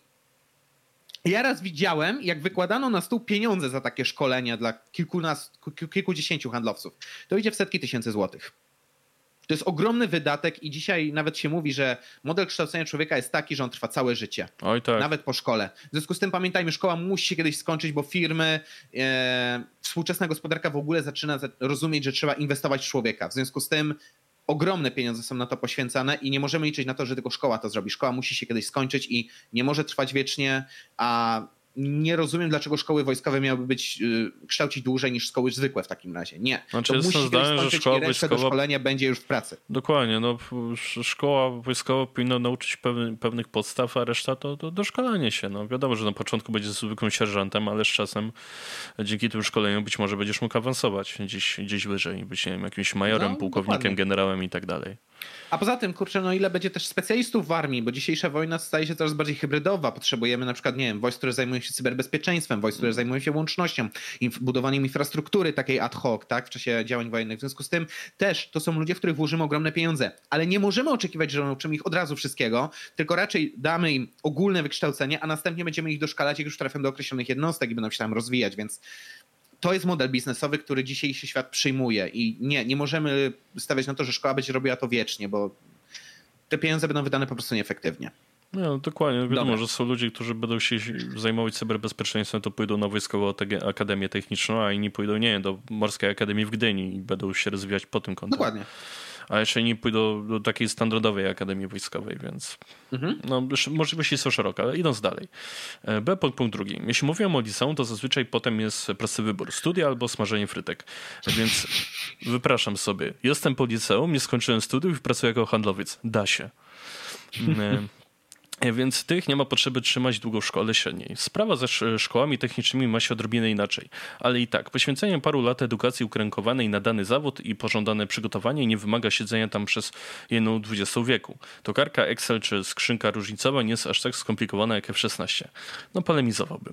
ja raz widziałem, jak wykładano na stół pieniądze za takie szkolenia dla kilkunastu, kilkudziesięciu handlowców. To idzie w setki tysięcy złotych. To jest ogromny wydatek i dzisiaj nawet się mówi, że model kształcenia człowieka jest taki, że on trwa całe życie. Oj, tak. Nawet po szkole. W związku z tym pamiętajmy, szkoła musi się kiedyś skończyć, bo firmy, e, współczesna gospodarka w ogóle zaczyna rozumieć, że trzeba inwestować w człowieka. W związku z tym ogromne pieniądze są na to poświęcane i nie możemy liczyć na to, że tylko szkoła to zrobi. Szkoła musi się kiedyś skończyć i nie może trwać wiecznie, a nie rozumiem, dlaczego szkoły wojskowe miałyby być y, kształcić dłużej niż szkoły zwykłe w takim razie. Nie. Znaczy, to jestem musi się kiedyś zdania, że skończyć szkoła i resztę wojskowa- do szkolenia będzie już w pracy. Dokładnie, no sz- szkoła wojskowa powinna nauczyć pewny, pewnych podstaw, a reszta to, to doszkalanie się. No wiadomo, że na początku będziesz zwykłym sierżantem, ale z czasem dzięki tym szkoleniom być może będziesz mógł awansować gdzieś, gdzieś wyżej, być nie wiem, jakimś majorem, No, pułkownikiem, dokładnie. generałem i tak dalej. A poza tym, kurczę, no ile będzie też specjalistów w armii, bo dzisiejsza wojna staje się coraz bardziej hybrydowa. Potrzebujemy na przykład, nie wiem, wojsk, które zajmują się cyberbezpieczeństwem, wojsk, które zajmują się łącznością, inf- budowaniem infrastruktury takiej ad hoc, tak, w czasie działań wojennych. W związku z tym też to są ludzie, w których włożymy ogromne pieniądze. Ale nie możemy oczekiwać, że nauczymy ich od razu wszystkiego, tylko raczej damy im ogólne wykształcenie, a następnie będziemy ich doszkalać, jak już trafią do określonych jednostek i będą się tam rozwijać, więc to jest model biznesowy, który dzisiejszy świat przyjmuje i nie, nie możemy stawiać na to, że szkoła będzie robiła to wiecznie, bo te pieniądze będą wydane po prostu nieefektywnie. No, dokładnie. Wiadomo, Dobra. że są ludzie, którzy będą się zajmować cyberbezpieczeństwem, to pójdą na Wojskową Akademię Techniczną, a inni pójdą, nie wiem, do Morskiej Akademii w Gdyni i będą się rozwijać po tym kątem. Dokładnie. A jeszcze inni pójdą do takiej standardowej Akademii Wojskowej, więc Mhm. no, możliwości są szerokie, ale idąc dalej. B, punkt, punkt drugi. Jeśli mówiłem o liceum, to zazwyczaj potem jest prosty wybór. Studia albo smażenie frytek. Więc wypraszam sobie. Jestem po liceum, nie skończyłem studiów i pracuję jako handlowiec. Da się. Więc tych nie ma potrzeby trzymać długo w szkole średniej. Sprawa ze szkołami technicznymi ma się odrobinę inaczej. Ale i tak, poświęcenie paru lat edukacji ukierunkowanej na dany zawód i pożądane przygotowanie nie wymaga siedzenia tam przez jedną dwudziestą wieku. Tokarka, Excel czy skrzynka różnicowa nie jest aż tak skomplikowana jak F szesnaście. No polemizowałbym.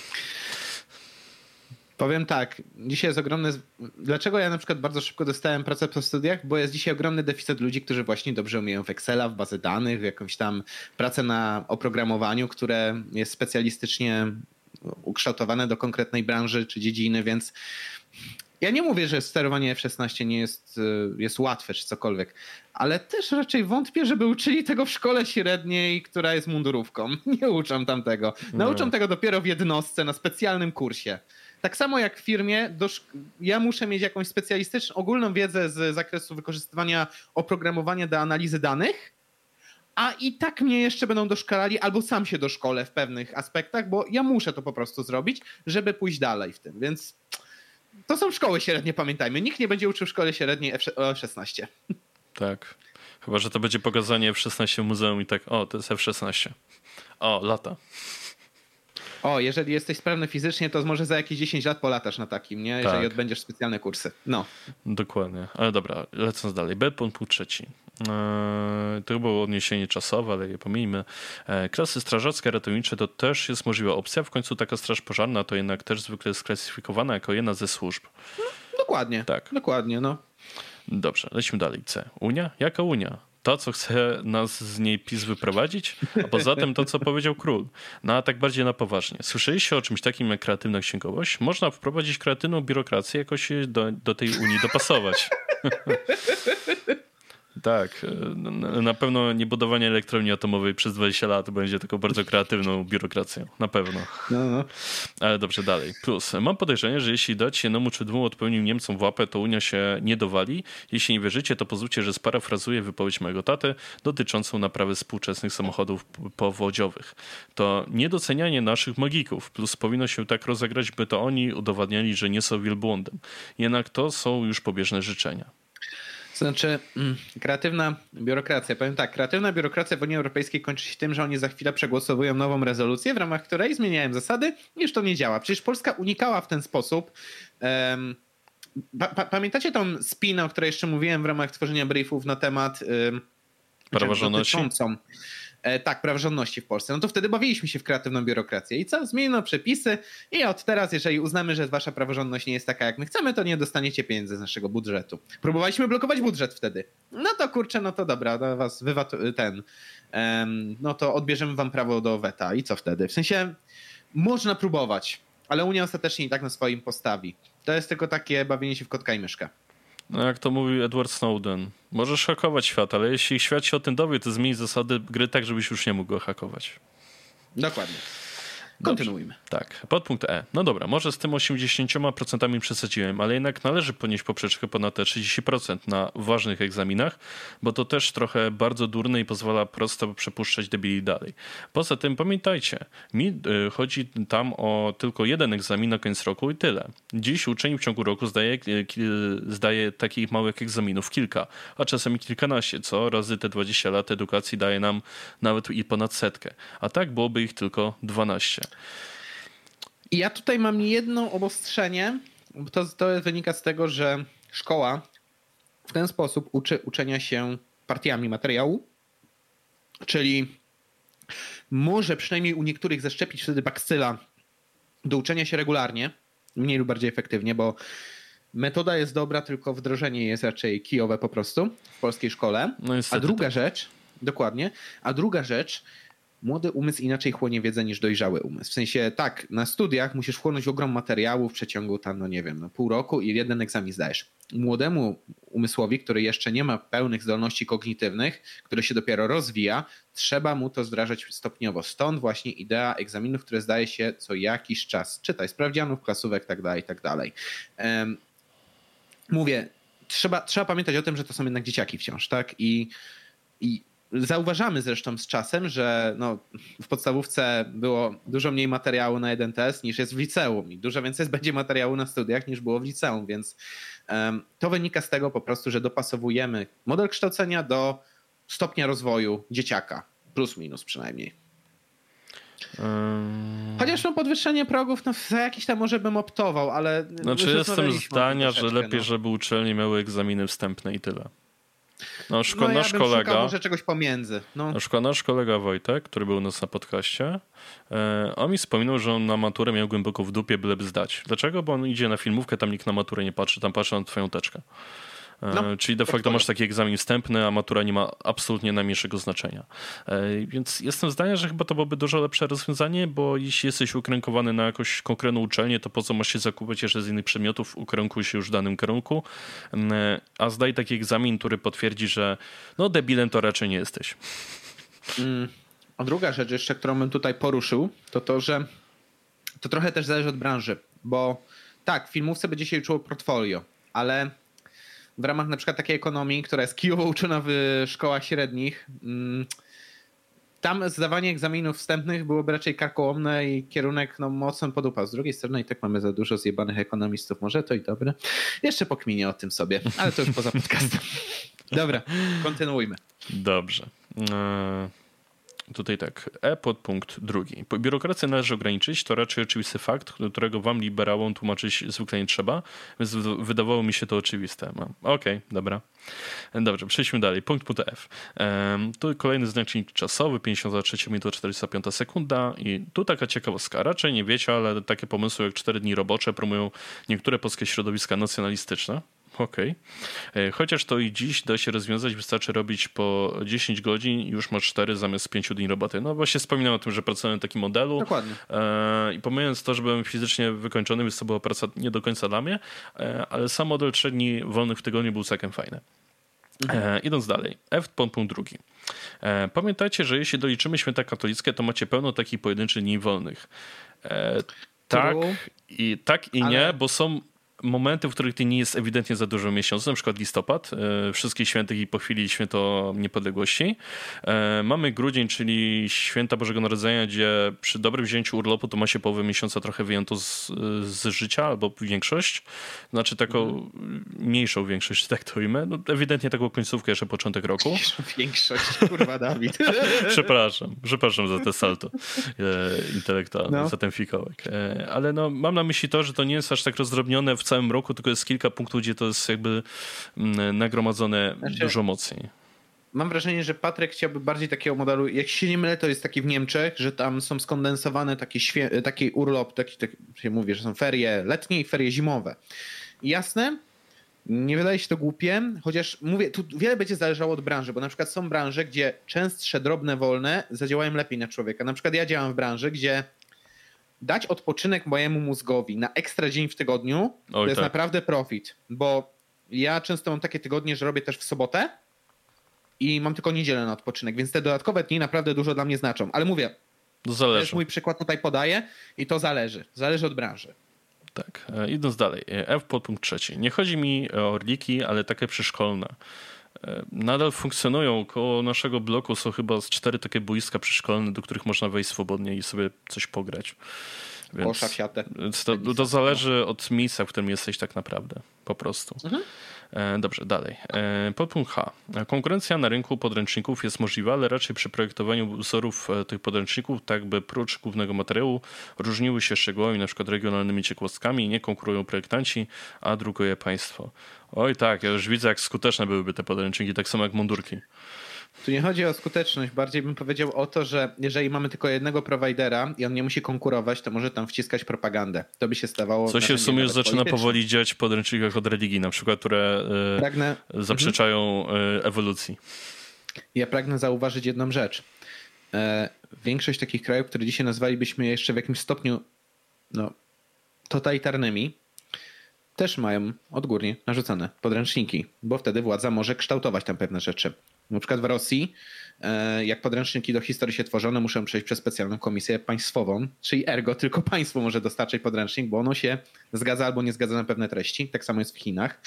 Powiem tak, dzisiaj jest ogromny... Dlaczego ja na przykład bardzo szybko dostałem pracę po studiach? Bo jest dzisiaj ogromny deficyt ludzi, którzy właśnie dobrze umieją w Excela, w bazy danych, w jakąś tam pracę na oprogramowaniu, które jest specjalistycznie ukształtowane do konkretnej branży czy dziedziny, więc Ja nie mówię, że sterowanie F szesnaście nie jest, jest łatwe czy cokolwiek, ale też raczej wątpię, żeby uczyli tego w szkole średniej, która jest mundurówką. Nie uczą tam tego. Nauczą Nie. tego dopiero w jednostce na specjalnym kursie. Tak samo jak w firmie, do szk- ja muszę mieć jakąś specjalistyczną, ogólną wiedzę z zakresu wykorzystywania oprogramowania do analizy danych, a i tak mnie jeszcze będą doszkalali, albo sam się doszkolę w pewnych aspektach, bo ja muszę to po prostu zrobić, żeby pójść dalej w tym, więc to są szkoły średnie, pamiętajmy. Nikt nie będzie uczył w szkole średniej F szesnaście. Tak. Chyba, że to będzie pokazanie F szesnaście w muzeum i tak, o, to jest F szesnaście. O, lata. O, jeżeli jesteś sprawny fizycznie, to może za jakieś dziesięć lat polatasz na takim, nie? Jeżeli Tak. odbędziesz specjalne kursy. No. Dokładnie. Ale dobra, lecąc dalej. B, punkt trzeci. Eee, to było odniesienie czasowe, ale je pomijmy. Eee, klasy strażackie, ratownicze to też jest możliwa opcja. W końcu taka straż pożarna to jednak też zwykle jest sklasyfikowana jako jedna ze służb. no dokładnie. Tak. Dokładnie, no. Dobrze, lecimy dalej. C. Unia? Jaka Unia? To, co chce nas z niej PiS wyprowadzić, a poza tym to, co powiedział król. No a tak bardziej na poważnie. Słyszeliście o czymś takim jak kreatywna księgowość? Można wprowadzić kreatywną biurokrację, jakoś do, do tej Unii dopasować. Tak, na pewno nie budowanie elektrowni atomowej przez dwadzieścia lat będzie taką bardzo kreatywną biurokracją. Na pewno. No, no. Ale dobrze, dalej. Plus, mam podejrzenie, że jeśli dać jednemu czy dwóm odpowiednim Niemcom w łapę, to Unia się nie dowali. Jeśli nie wierzycie, to pozwólcie, że sparafrazuję wypowiedź mojego taty dotyczącą naprawy współczesnych samochodów powodziowych. To niedocenianie naszych magików. Plus powinno się tak rozegrać, by to oni udowadniali, że nie są wielbłądem. Jednak to są już pobieżne życzenia. Znaczy, mm, kreatywna biurokracja. Powiem tak, kreatywna biurokracja w Unii Europejskiej kończy się tym, że oni za chwilę przegłosowują nową rezolucję, w ramach której zmieniają zasady i już to nie działa. Przecież Polska unikała w ten sposób. Um, pa, pa, pamiętacie tą spinę, o której jeszcze mówiłem w ramach tworzenia briefów na temat um, praworządności? E, tak, praworządności w Polsce. No to wtedy bawiliśmy się w kreatywną biurokrację. I co? Zmieniono przepisy i od teraz, jeżeli uznamy, że wasza praworządność nie jest taka, jak my chcemy, to nie dostaniecie pieniędzy z naszego budżetu. Próbowaliśmy blokować budżet wtedy. No to kurczę, no to dobra, to was wywat- ten, um, no to odbierzemy wam prawo do weta. I co wtedy? W sensie można próbować, ale Unia ostatecznie i tak na swoim postawi. To jest tylko takie bawienie się w kotka i myszkę. No jak to mówił Edward Snowden. Możesz hakować świat, ale jeśli świat się o tym dowie, to zmieni zasady gry tak, żebyś już nie mógł go hakować. Dokładnie. Kontynuujmy. Dobrze. Tak, podpunkt E. No dobra, może z tym osiemdziesiąt procent przesadziłem, ale jednak należy ponieść poprzeczkę ponad te trzydzieści procent na ważnych egzaminach, bo to też trochę bardzo durne i pozwala prosto przepuszczać debili dalej. Poza tym pamiętajcie, mi y, chodzi tam o tylko jeden egzamin na koniec roku i tyle. Dziś uczeń w ciągu roku zdaje, y, zdaje takich małych egzaminów kilka, a czasami kilkanaście, co razy te dwadzieścia lat edukacji daje nam nawet i ponad setkę. A tak byłoby ich tylko dwanaście. I ja tutaj mam jedno obostrzenie. To, to wynika z tego, że szkoła w ten sposób uczy uczenia się partiami materiału, czyli może przynajmniej u niektórych zaszczepić wtedy bakcyla do uczenia się regularnie, mniej lub bardziej efektywnie, bo metoda jest dobra, tylko wdrożenie jest raczej kijowe po prostu w polskiej szkole. No a druga tak. rzecz, dokładnie, a druga rzecz, młody umysł inaczej chłonie wiedzę niż dojrzały umysł. W sensie tak, na studiach musisz wchłonąć ogrom materiału w przeciągu tam, no nie wiem, no pół roku i jeden egzamin zdajesz. Młodemu umysłowi, który jeszcze nie ma pełnych zdolności kognitywnych, który się dopiero rozwija, trzeba mu to wdrażać stopniowo. Stąd właśnie idea egzaminów, które zdaje się co jakiś czas. Czytaj sprawdzianów, klasówek, tak dalej, tak dalej. Um, mówię, trzeba, trzeba pamiętać o tym, że to są jednak dzieciaki wciąż, tak? I, i zauważamy zresztą z czasem, że no, w podstawówce było dużo mniej materiału na jeden test niż jest w liceum i dużo więcej będzie materiału na studiach niż było w liceum, więc um, to wynika z tego po prostu, że dopasowujemy model kształcenia do stopnia rozwoju dzieciaka, plus minus przynajmniej. Um... Chociaż no podwyższenie progów, no za jakiś tam może bym optował, ale... Znaczy jestem zdania, że lepiej, no. żeby uczelnie miały egzaminy wstępne i tyle. No, szko- no ja nasz bym kolega, szukał może czegoś pomiędzy. No. Nasz, nasz kolega Wojtek, który był u nas na podcaście, e, on mi wspominał, że on na maturę miał głęboko w dupie, byleby zdać. Dlaczego? Bo on idzie na filmówkę, tam nikt na maturę nie patrzy, tam patrzy na twoją teczkę. No, czyli de facto masz taki egzamin wstępny, a matura nie ma absolutnie najmniejszego znaczenia. Więc jestem zdania, że chyba to byłoby dużo lepsze rozwiązanie, bo jeśli jesteś ukierunkowany na jakąś konkretną uczelnię, to po co masz się zakupić jeszcze z innych przedmiotów, ukierunkuj się już w danym kierunku, a zdaj taki egzamin, który potwierdzi, że no debilem to raczej nie jesteś. Mm. A druga rzecz jeszcze, którą bym tutaj poruszył, to to, że to trochę też zależy od branży, bo tak, w filmówce będzie się uczyło portfolio, ale w ramach na przykład takiej ekonomii, która jest kijowo uczona w szkołach średnich, tam zdawanie egzaminów wstępnych byłoby raczej karkołomne i kierunek no, mocno podupa. Z drugiej strony i tak mamy za dużo zjebanych ekonomistów, może to i dobre. Jeszcze pokminię o tym sobie, ale to już poza podcastem. Dobra, kontynuujmy. Dobrze. Tutaj tak, E podpunkt drugi. Biurokrację należy ograniczyć, to raczej oczywisty fakt, którego wam liberałom tłumaczyć zwykle nie trzeba, więc wydawało mi się to oczywiste. Okej, okay, dobra. Dobrze, przejdźmy dalej. Punkt punkt F. Um, tu kolejny znacznik czasowy, pięćdziesiąta trzecia minuta, czterdziesta piąta sekunda i tu taka ciekawostka. Raczej nie wiecie, ale takie pomysły jak cztery dni robocze promują niektóre polskie środowiska nacjonalistyczne. Okej. Okay. Chociaż to i dziś da się rozwiązać, wystarczy robić po dziesięć godzin i już masz cztery zamiast pięciu dni roboty. No właśnie wspominałem o tym, że pracowałem w takim modelu. Dokładnie. I pomijając to, że byłem fizycznie wykończony, więc to była praca nie do końca dla mnie, ale sam model trzech dni wolnych w tygodniu był całkiem fajny. Mhm. Idąc dalej. F punkt drugi. Pamiętajcie, że jeśli doliczymy święta katolickie, to macie pełno takich pojedynczych dni wolnych. Tak i, tak i ale... nie, bo są momenty, w których nie jest ewidentnie za dużo miesięcy, na przykład listopad, e, wszystkich świętych i po chwili święto niepodległości. E, mamy grudzień, czyli święta Bożego Narodzenia, gdzie przy dobrym wzięciu urlopu to ma się połowę miesiąca trochę wyjęto z, z życia, albo większość, znaczy taką mm. mniejszą większość, tak to ujmę. No, ewidentnie taką końcówkę jeszcze początek roku. Większość, kurwa Dawid. przepraszam, przepraszam za te salto e, intelektualne, no. za ten fikołek. E, ale no, mam na myśli to, że to nie jest aż tak rozdrobnione w całym roku, tylko jest kilka punktów, gdzie to jest jakby nagromadzone znaczy, dużo mocniej. Mam wrażenie, że Patryk chciałby bardziej takiego modelu, jak się nie mylę, to jest taki w Niemczech, że tam są skondensowane takie, świe- taki urlop, taki, tak się mówi, że są ferie letnie i ferie zimowe. Jasne? Nie wydaje się to głupie, chociaż mówię, tu wiele będzie zależało od branży, bo na przykład są branże, gdzie częstsze drobne wolne zadziałają lepiej na człowieka. Na przykład ja działam w branży, gdzie dać odpoczynek mojemu mózgowi na ekstra dzień w tygodniu, Oj, to jest tak. naprawdę profit, bo ja często mam takie tygodnie, że robię też w sobotę i mam tylko niedzielę na odpoczynek, więc te dodatkowe dni naprawdę dużo dla mnie znaczą. Ale mówię, zależy. Też mój przykład tutaj podaję i to zależy. Zależy od branży. Tak, idąc dalej. F podpunkt trzeci. Nie chodzi mi o orliki, ale takie przyszkolne. Nadal funkcjonują. Koło naszego bloku są chyba z cztery takie boiska przyszkolne, do których można wejść swobodnie i sobie coś pograć. Więc, więc to, to zależy od miejsca, w którym jesteś tak naprawdę. Po prostu. Mhm. Dobrze, dalej. Podpunkt H. Konkurencja na rynku podręczników jest możliwa, ale raczej przy projektowaniu wzorów tych podręczników, tak by prócz głównego materiału różniły się szczegółami, na przykład regionalnymi ciekawostkami, nie konkurują projektanci, a drukuje państwo. Oj tak, ja już widzę, jak skuteczne byłyby te podręczniki, tak samo jak mundurki. Tu nie chodzi o skuteczność, bardziej bym powiedział o to, że jeżeli mamy tylko jednego prowajdera i on nie musi konkurować, to może tam wciskać propagandę. To by się stawało... Co się w sumie już zaczyna powoli dziać w podręcznikach od religii, na przykład, które pragnę... zaprzeczają mhm. ewolucji. Ja pragnę zauważyć jedną rzecz. Większość takich krajów, które dzisiaj nazwalibyśmy jeszcze w jakimś stopniu no, totalitarnymi, też mają odgórnie narzucane podręczniki, bo wtedy władza może kształtować tam pewne rzeczy. Na przykład w Rosji, jak podręczniki do historii się tworzone, muszą przejść przez specjalną komisję państwową, czyli ergo tylko państwo może dostarczyć podręcznik, bo ono się zgadza albo nie zgadza na pewne treści. Tak samo jest w Chinach.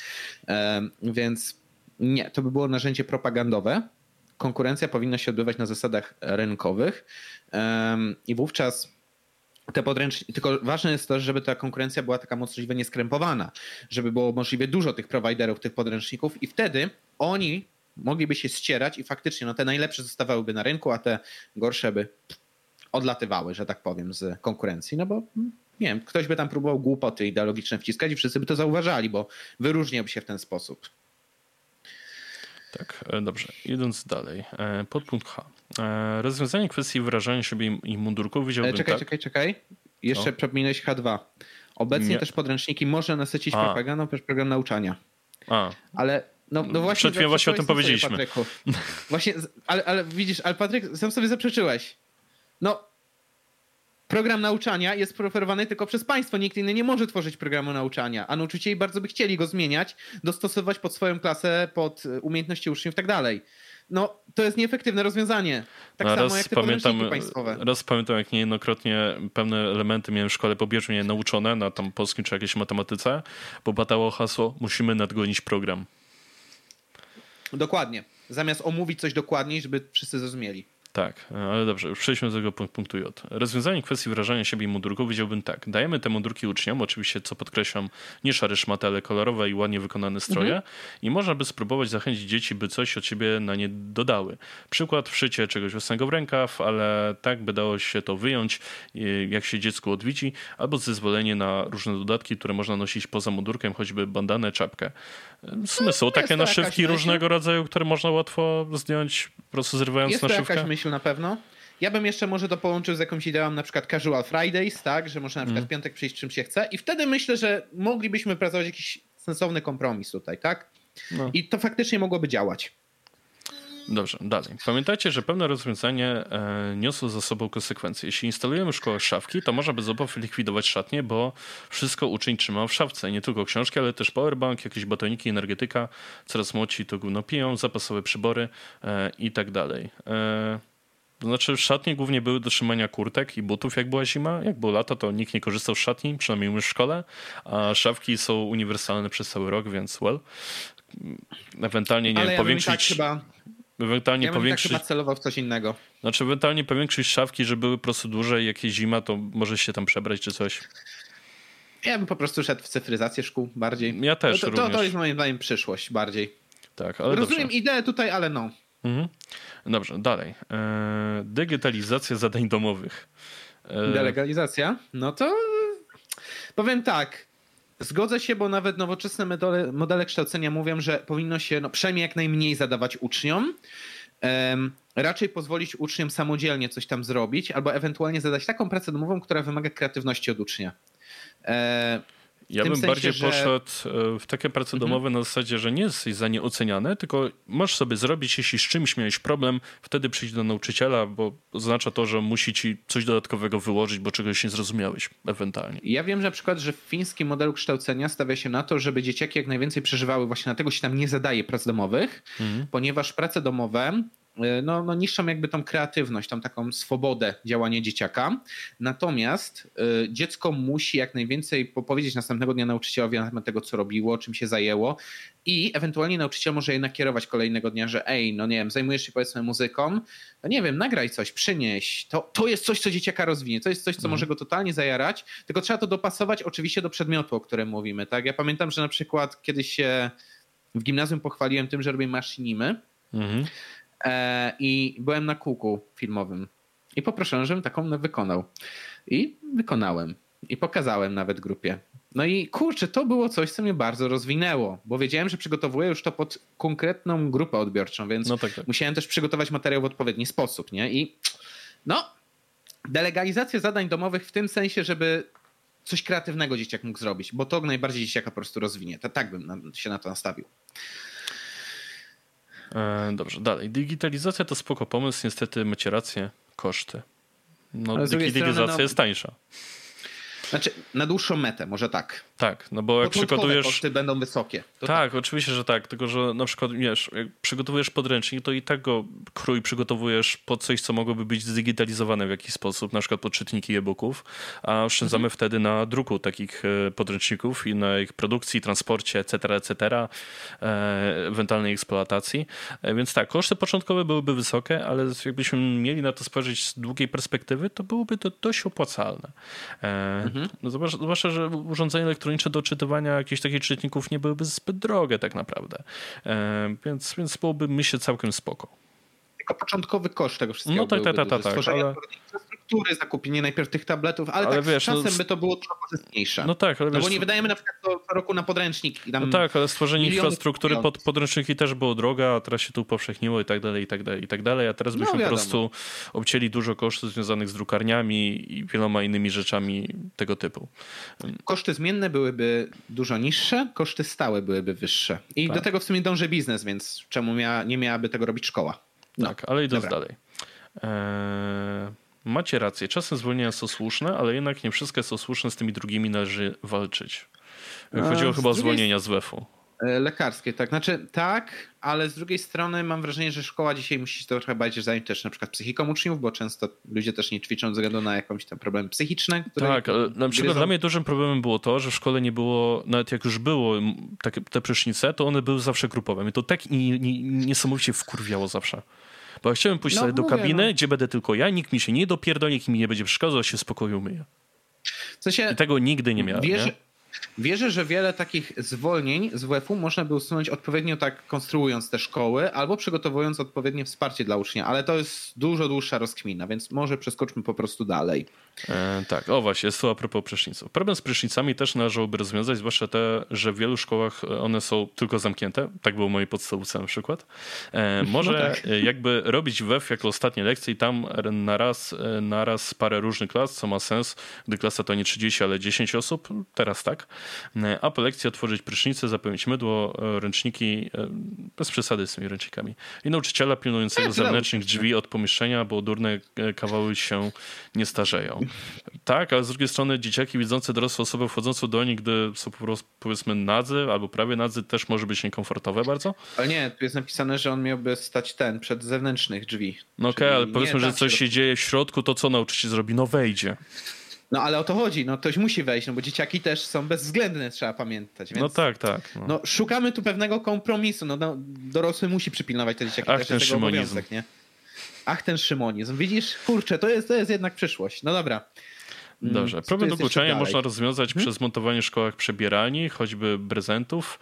Więc nie, to by było narzędzie propagandowe. Konkurencja powinna się odbywać na zasadach rynkowych i wówczas te podręczniki, tylko ważne jest to, żeby ta konkurencja była taka możliwie nieskrępowana, żeby było możliwie dużo tych prowajderów, tych podręczników i wtedy oni mogliby się ścierać i faktycznie no, te najlepsze zostawałyby na rynku, a te gorsze by odlatywały, że tak powiem, z konkurencji. No bo nie wiem, ktoś by tam próbował głupoty ideologiczne wciskać i wszyscy by to zauważali, bo wyróżniałby się w ten sposób. Tak, dobrze. Idąc dalej. Podpunkt H. Rozwiązanie kwestii wyrażania siebie i mundurków widziałbym czekaj, tak... Czekaj, czekaj, czekaj. Jeszcze przeminąłeś H dwa. Obecnie nie. też podręczniki można nasycić A. propagandą przez program nauczania. A. Ale No, no właśnie, przed chwilą właśnie o tym powiedzieliśmy. Sobie, właśnie, ale, ale widzisz, ale Patryk, sam sobie zaprzeczyłeś. No, program nauczania jest preferowany tylko przez państwo. Nikt inny nie może tworzyć programu nauczania, a nauczycieli bardzo by chcieli go zmieniać, dostosować pod swoją klasę, pod umiejętności uczniów i tak dalej. No, to jest nieefektywne rozwiązanie. Tak no, samo jak te podręczniki państwowe. Raz pamiętam, jak niejednokrotnie pewne elementy miałem w szkole pobieżnie nauczone na tam polskim czy jakiejś matematyce, bo padało hasło, musimy nadgonić program. Dokładnie. Zamiast omówić coś dokładniej, żeby wszyscy zrozumieli. Tak, ale dobrze, już przejdźmy do tego punktu J. Rozwiązanie kwestii wyrażania siebie i mundurków powiedziałbym tak. Dajemy te mundurki uczniom, oczywiście, co podkreślam, nie szare szmaty, ale kolorowe i ładnie wykonane stroje mhm. i można by spróbować zachęcić dzieci, by coś od siebie na nie dodały. Przykład wszycie czegoś własnego w rękaw, ale tak, by dało się to wyjąć, jak się dziecku odwiedzi, albo zezwolenie na różne dodatki, które można nosić poza mundurkiem, choćby bandanę, czapkę. W sumie są takie naszywki różnego rodzaju, które można łatwo zdjąć, po prostu zrywając jest naszywkę. Jest to jakaś myśl na pewno. Ja bym jeszcze może to połączył z jakąś ideą na przykład Casual Fridays, tak, że można na przykład w piątek przyjść czym się chce i wtedy myślę, że moglibyśmy pracować jakiś sensowny kompromis tutaj, tak? No. I to faktycznie mogłoby działać. Dobrze, dalej. Pamiętajcie, że pewne rozwiązanie e, niosło za sobą konsekwencje. Jeśli instalujemy w szkołach szafki, to można bez obaw likwidować szatnie, bo wszystko uczeń trzyma w szafce. Nie tylko książki, ale też powerbank, jakieś batoniki, energetyka. Coraz młodsi to gówno piją, zapasowe przybory e, i tak dalej. E, to znaczy szatnie głównie były do trzymania kurtek i butów, jak była zima. Jak było lato, to nikt nie korzystał z szatni, przynajmniej już w szkole, a szafki są uniwersalne przez cały rok, więc well. Ewentualnie, nie ale wiem, ja powiększyć... Tak chyba... Ewentualnie ja bym powiększyć... tak chyba celował w coś innego. Znaczy ewentualnie powiększyć szafki, żeby były po prostu duże i jak jest zima, to może się tam przebrać czy coś. Ja bym po prostu szedł w cyfryzację szkół bardziej. Ja też to, to, również. To jest moim zdaniem przyszłość bardziej. Tak, ale rozumiem dobrze. ideę tutaj, ale no. Mhm. Dobrze, dalej. Eee, digitalizacja zadań domowych. Eee... Delegalizacja? No to powiem tak. Zgodzę się, bo nawet nowoczesne modele, modele kształcenia mówią, że powinno się no, przynajmniej jak najmniej zadawać uczniom. Um, raczej pozwolić uczniom samodzielnie coś tam zrobić, albo ewentualnie zadać taką pracę domową, która wymaga kreatywności od ucznia. E, ja bym sensie, bardziej że... poszedł w takie prace mhm. domowe na zasadzie, że nie jesteś za nie oceniany, tylko możesz sobie zrobić, jeśli z czymś miałeś problem, wtedy przyjść do nauczyciela, bo oznacza to, że musi ci coś dodatkowego wyłożyć, bo czegoś nie zrozumiałeś ewentualnie. Ja wiem, że na przykład, że w fińskim modelu kształcenia stawia się na to, żeby dzieciaki jak najwięcej przeżywały właśnie dlatego się tam nie zadaje prac domowych, mhm. ponieważ prace domowe No, no niszczą jakby tą kreatywność, tą taką swobodę działania dzieciaka. Natomiast y, dziecko musi jak najwięcej powiedzieć następnego dnia nauczycielowi na temat tego, co robiło, czym się zajęło i ewentualnie nauczyciel może je nakierować kolejnego dnia, że ej, no nie wiem, zajmujesz się powiedzmy muzyką, no nie wiem, nagraj coś, przynieś. To, to jest coś, co dzieciaka rozwinie, to jest coś, co mhm. może go totalnie zajarać, tylko trzeba to dopasować oczywiście do przedmiotu, o którym mówimy. Tak? Ja pamiętam, że na przykład kiedyś się w gimnazjum pochwaliłem tym, że robię maszynimy. Mhm. I byłem na kółku filmowym i poproszono, żebym taką wykonał. I wykonałem. I pokazałem nawet grupie. No i kurczę, to było coś, co mnie bardzo rozwinęło, bo wiedziałem, że przygotowuję już to pod konkretną grupę odbiorczą, więc no tak, tak. musiałem też przygotować materiał w odpowiedni sposób, nie? I no, delegalizacja zadań domowych w tym sensie, żeby coś kreatywnego dzieciak mógł zrobić, bo to najbardziej dzieciaka po prostu rozwinie. To, tak bym się na to nastawił. Dobrze, dalej. Digitalizacja to spoko pomysł, niestety macie rację, koszty. No, digitalizacja strony, no, jest tańsza. Znaczy, na dłuższą metę, może tak. Tak, no bo jak przygotujesz... koszty będą wysokie. Tak, tak, oczywiście, że tak, tylko że na przykład, wiesz, jak przygotowujesz podręcznik, to i tak go krój przygotowujesz pod coś, co mogłoby być zdigitalizowane w jakiś sposób, na przykład pod czytniki e-booków, a oszczędzamy mhm. wtedy na druku takich podręczników i na ich produkcji, transporcie, et cetera, et cetera, ewentualnej eksploatacji. Więc tak, koszty początkowe byłyby wysokie, ale jakbyśmy mieli na to spojrzeć z długiej perspektywy, to byłoby to dość opłacalne. Mhm. No zwłaszcza, że urządzenia elektroniczne do czytywania jakichś takich czytników nie byłyby zbyt drogie tak naprawdę. E, więc, więc byłoby, myślę, całkiem spoko. Tylko początkowy koszt tego wszystkiego no tak, tak, tak, tak, tak, ale... infrastruktury, zakupienie najpierw tych tabletów, ale, ale tak wiesz, z czasem no, by to było trochę korzystniejsze. No tak, ale no wiesz, bo nie wydajemy na przykład co, co roku na podręcznik. I tam no tak, ale stworzenie infrastruktury miliony... pod podręczniki też było droga, a teraz się tu upowszechniło i tak dalej, i tak dalej, i tak dalej, a teraz byśmy no, po prostu obcięli dużo kosztów związanych z drukarniami i wieloma innymi rzeczami tego typu. Koszty zmienne byłyby dużo niższe, koszty stałe byłyby wyższe. I tak. do tego w sumie dąży biznes, więc czemu mia, nie miałaby tego robić szkoła? No. Tak, ale idąc Dobra. dalej. Eee, macie rację, czasem zwolnienia są słuszne, ale jednak nie wszystkie są słuszne, z tymi drugimi należy walczyć. Chodziło A, chyba o zwolnienia z W E F-u. Lekarskie, tak. Znaczy tak, ale z drugiej strony mam wrażenie, że szkoła dzisiaj musi się trochę bardziej zająć też na przykład psychiką uczniów, bo często ludzie też nie ćwiczą ze względu na jakąś tam problem psychiczny. Tak, ale na przykład dla mnie dużym problemem było to, że w szkole nie było, nawet jak już było takie, te prysznice, to one były zawsze grupowe. Mnie to tak nie, nie, niesamowicie wkurwiało zawsze. Bo ja chciałem pójść no, sobie do mówię, kabiny, no. gdzie będę tylko ja, nikt mi się nie dopierdoli, nikt mi nie będzie przeszkadzał, się w spokoju myję. W sensie, I tego nigdy nie miałem. Wierzę, nie? Wierzę, że wiele takich zwolnień z W E F-u można by usunąć odpowiednio tak konstruując te szkoły albo przygotowując odpowiednie wsparcie dla ucznia, ale to jest dużo dłuższa rozkmina, więc może przeskoczmy po prostu dalej. E, tak, o właśnie, jest to a propos pryszniców. Problem z prysznicami też należałoby rozwiązać, zwłaszcza te, że w wielu szkołach one są tylko zamknięte. Tak było w mojej podstawówce na przykład. E, może no tak. jakby robić W E F jako ostatnie lekcje i tam na raz, na raz parę różnych klas, co ma sens, gdy klasa to nie trzydzieści, ale dziesięć osób, teraz tak. A po lekcji otworzyć prysznicę, zapełnić mydło, ręczniki, bez przesady z tymi ręcznikami. I nauczyciela pilnującego zewnętrznych drzwi od pomieszczenia, bo durne kawały się nie starzeją. Tak, ale z drugiej strony dzieciaki widzące dorosłe osoby wchodzące do nich, gdy są po prostu powiedzmy nadzy albo prawie nadzy, też może być niekomfortowe bardzo. Ale nie, tu jest napisane, że on miałby stać ten, przed zewnętrznych drzwi. No okej, okay, ale powiedzmy, że coś się dzieje w środku, to co nauczyciel zrobi? No wejdzie. No ale o to chodzi, no ktoś musi wejść, no bo dzieciaki też są bezwzględne, trzeba pamiętać. Więc, no tak, tak. No. no szukamy tu pewnego kompromisu, no, no dorosły musi przypilnować te dzieciaki. Ach, też ten jest tego szymonizm. obowiązek, nie? Ach, ten szymonizm. Widzisz? Kurczę, to jest, to jest jednak przyszłość. No dobra. Dobrze. Problem dokuczania można rozwiązać hmm? przez montowanie w szkołach przebieralni, choćby prezentów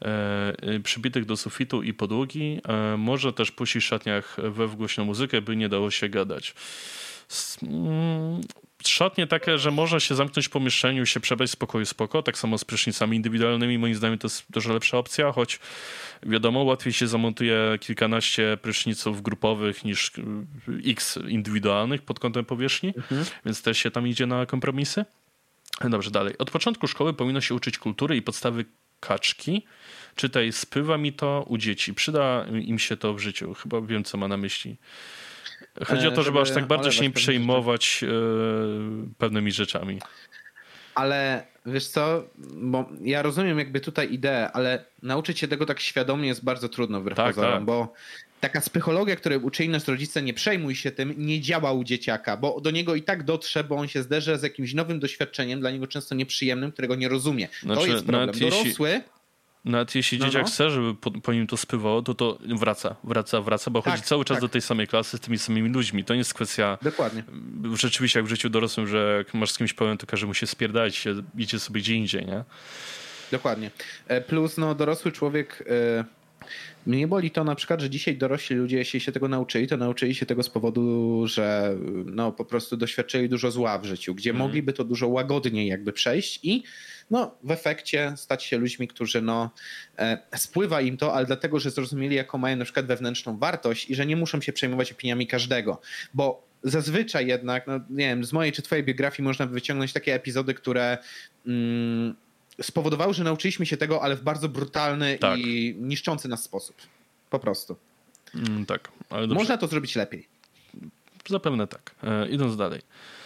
e, przybitych do sufitu i podłogi. E, może też puścić w szatniach we głośną muzykę, by nie dało się gadać. S, mm, Szatnie takie, że można się zamknąć w pomieszczeniu i się przebrać spokojnie, spoko. Tak samo z prysznicami indywidualnymi. Moim zdaniem to jest dużo lepsza opcja, choć wiadomo, łatwiej się zamontuje kilkanaście pryszniców grupowych niż x indywidualnych pod kątem powierzchni, mhm. więc też się tam idzie na kompromisy. Dobrze, dalej. Od początku szkoły powinno się uczyć kultury i podstawy kaczki. Czytaj, spływa mi to u dzieci. Przyda im się to w życiu. Chyba wiem, co ma na myśli. Chodzi o to, żeby, żeby aż tak bardzo się nie przejmować rzeczy. pewnymi rzeczami. Ale wiesz co, bo ja rozumiem jakby tutaj ideę, ale nauczyć się tego tak świadomie jest bardzo trudno wbrew tak, pozorom, tak. bo taka psychologia, której uczyli nas rodzice, nie przejmuj się tym, nie działa u dzieciaka, bo do niego i tak dotrze, bo on się zderzy z jakimś nowym doświadczeniem, dla niego często nieprzyjemnym, którego nie rozumie. Znaczy, to jest problem. Dorosły... Jeśli... Nawet jeśli no, dzieciak no. chce, żeby po, po nim to spływało, to to wraca, wraca, wraca, bo tak, chodzi cały czas tak. do tej samej klasy z tymi samymi ludźmi. To nie jest kwestia... Dokładnie. Rzeczywiście jak w życiu dorosłym, że jak masz z kimś problem, to każe mu się spierdać, się, idzie sobie gdzie indziej, nie? Dokładnie. Plus no dorosły człowiek... Yy... Mnie boli to na przykład, że dzisiaj dorośli ludzie, jeśli się tego nauczyli, to nauczyli się tego z powodu, że no po prostu doświadczyli dużo zła w życiu, gdzie mm. mogliby to dużo łagodniej jakby przejść i no w efekcie stać się ludźmi, którzy no e, spływa im to, ale dlatego, że zrozumieli, jaką mają na przykład wewnętrzną wartość i że nie muszą się przejmować opiniami każdego, bo zazwyczaj jednak, no nie wiem, z mojej czy twojej biografii można wyciągnąć takie epizody, które... Mm, spowodowały, że nauczyliśmy się tego, ale w bardzo brutalny tak. i niszczący nas sposób. Po prostu. Mm, tak. Ale można to zrobić lepiej. Zapewne tak. E, idąc dalej.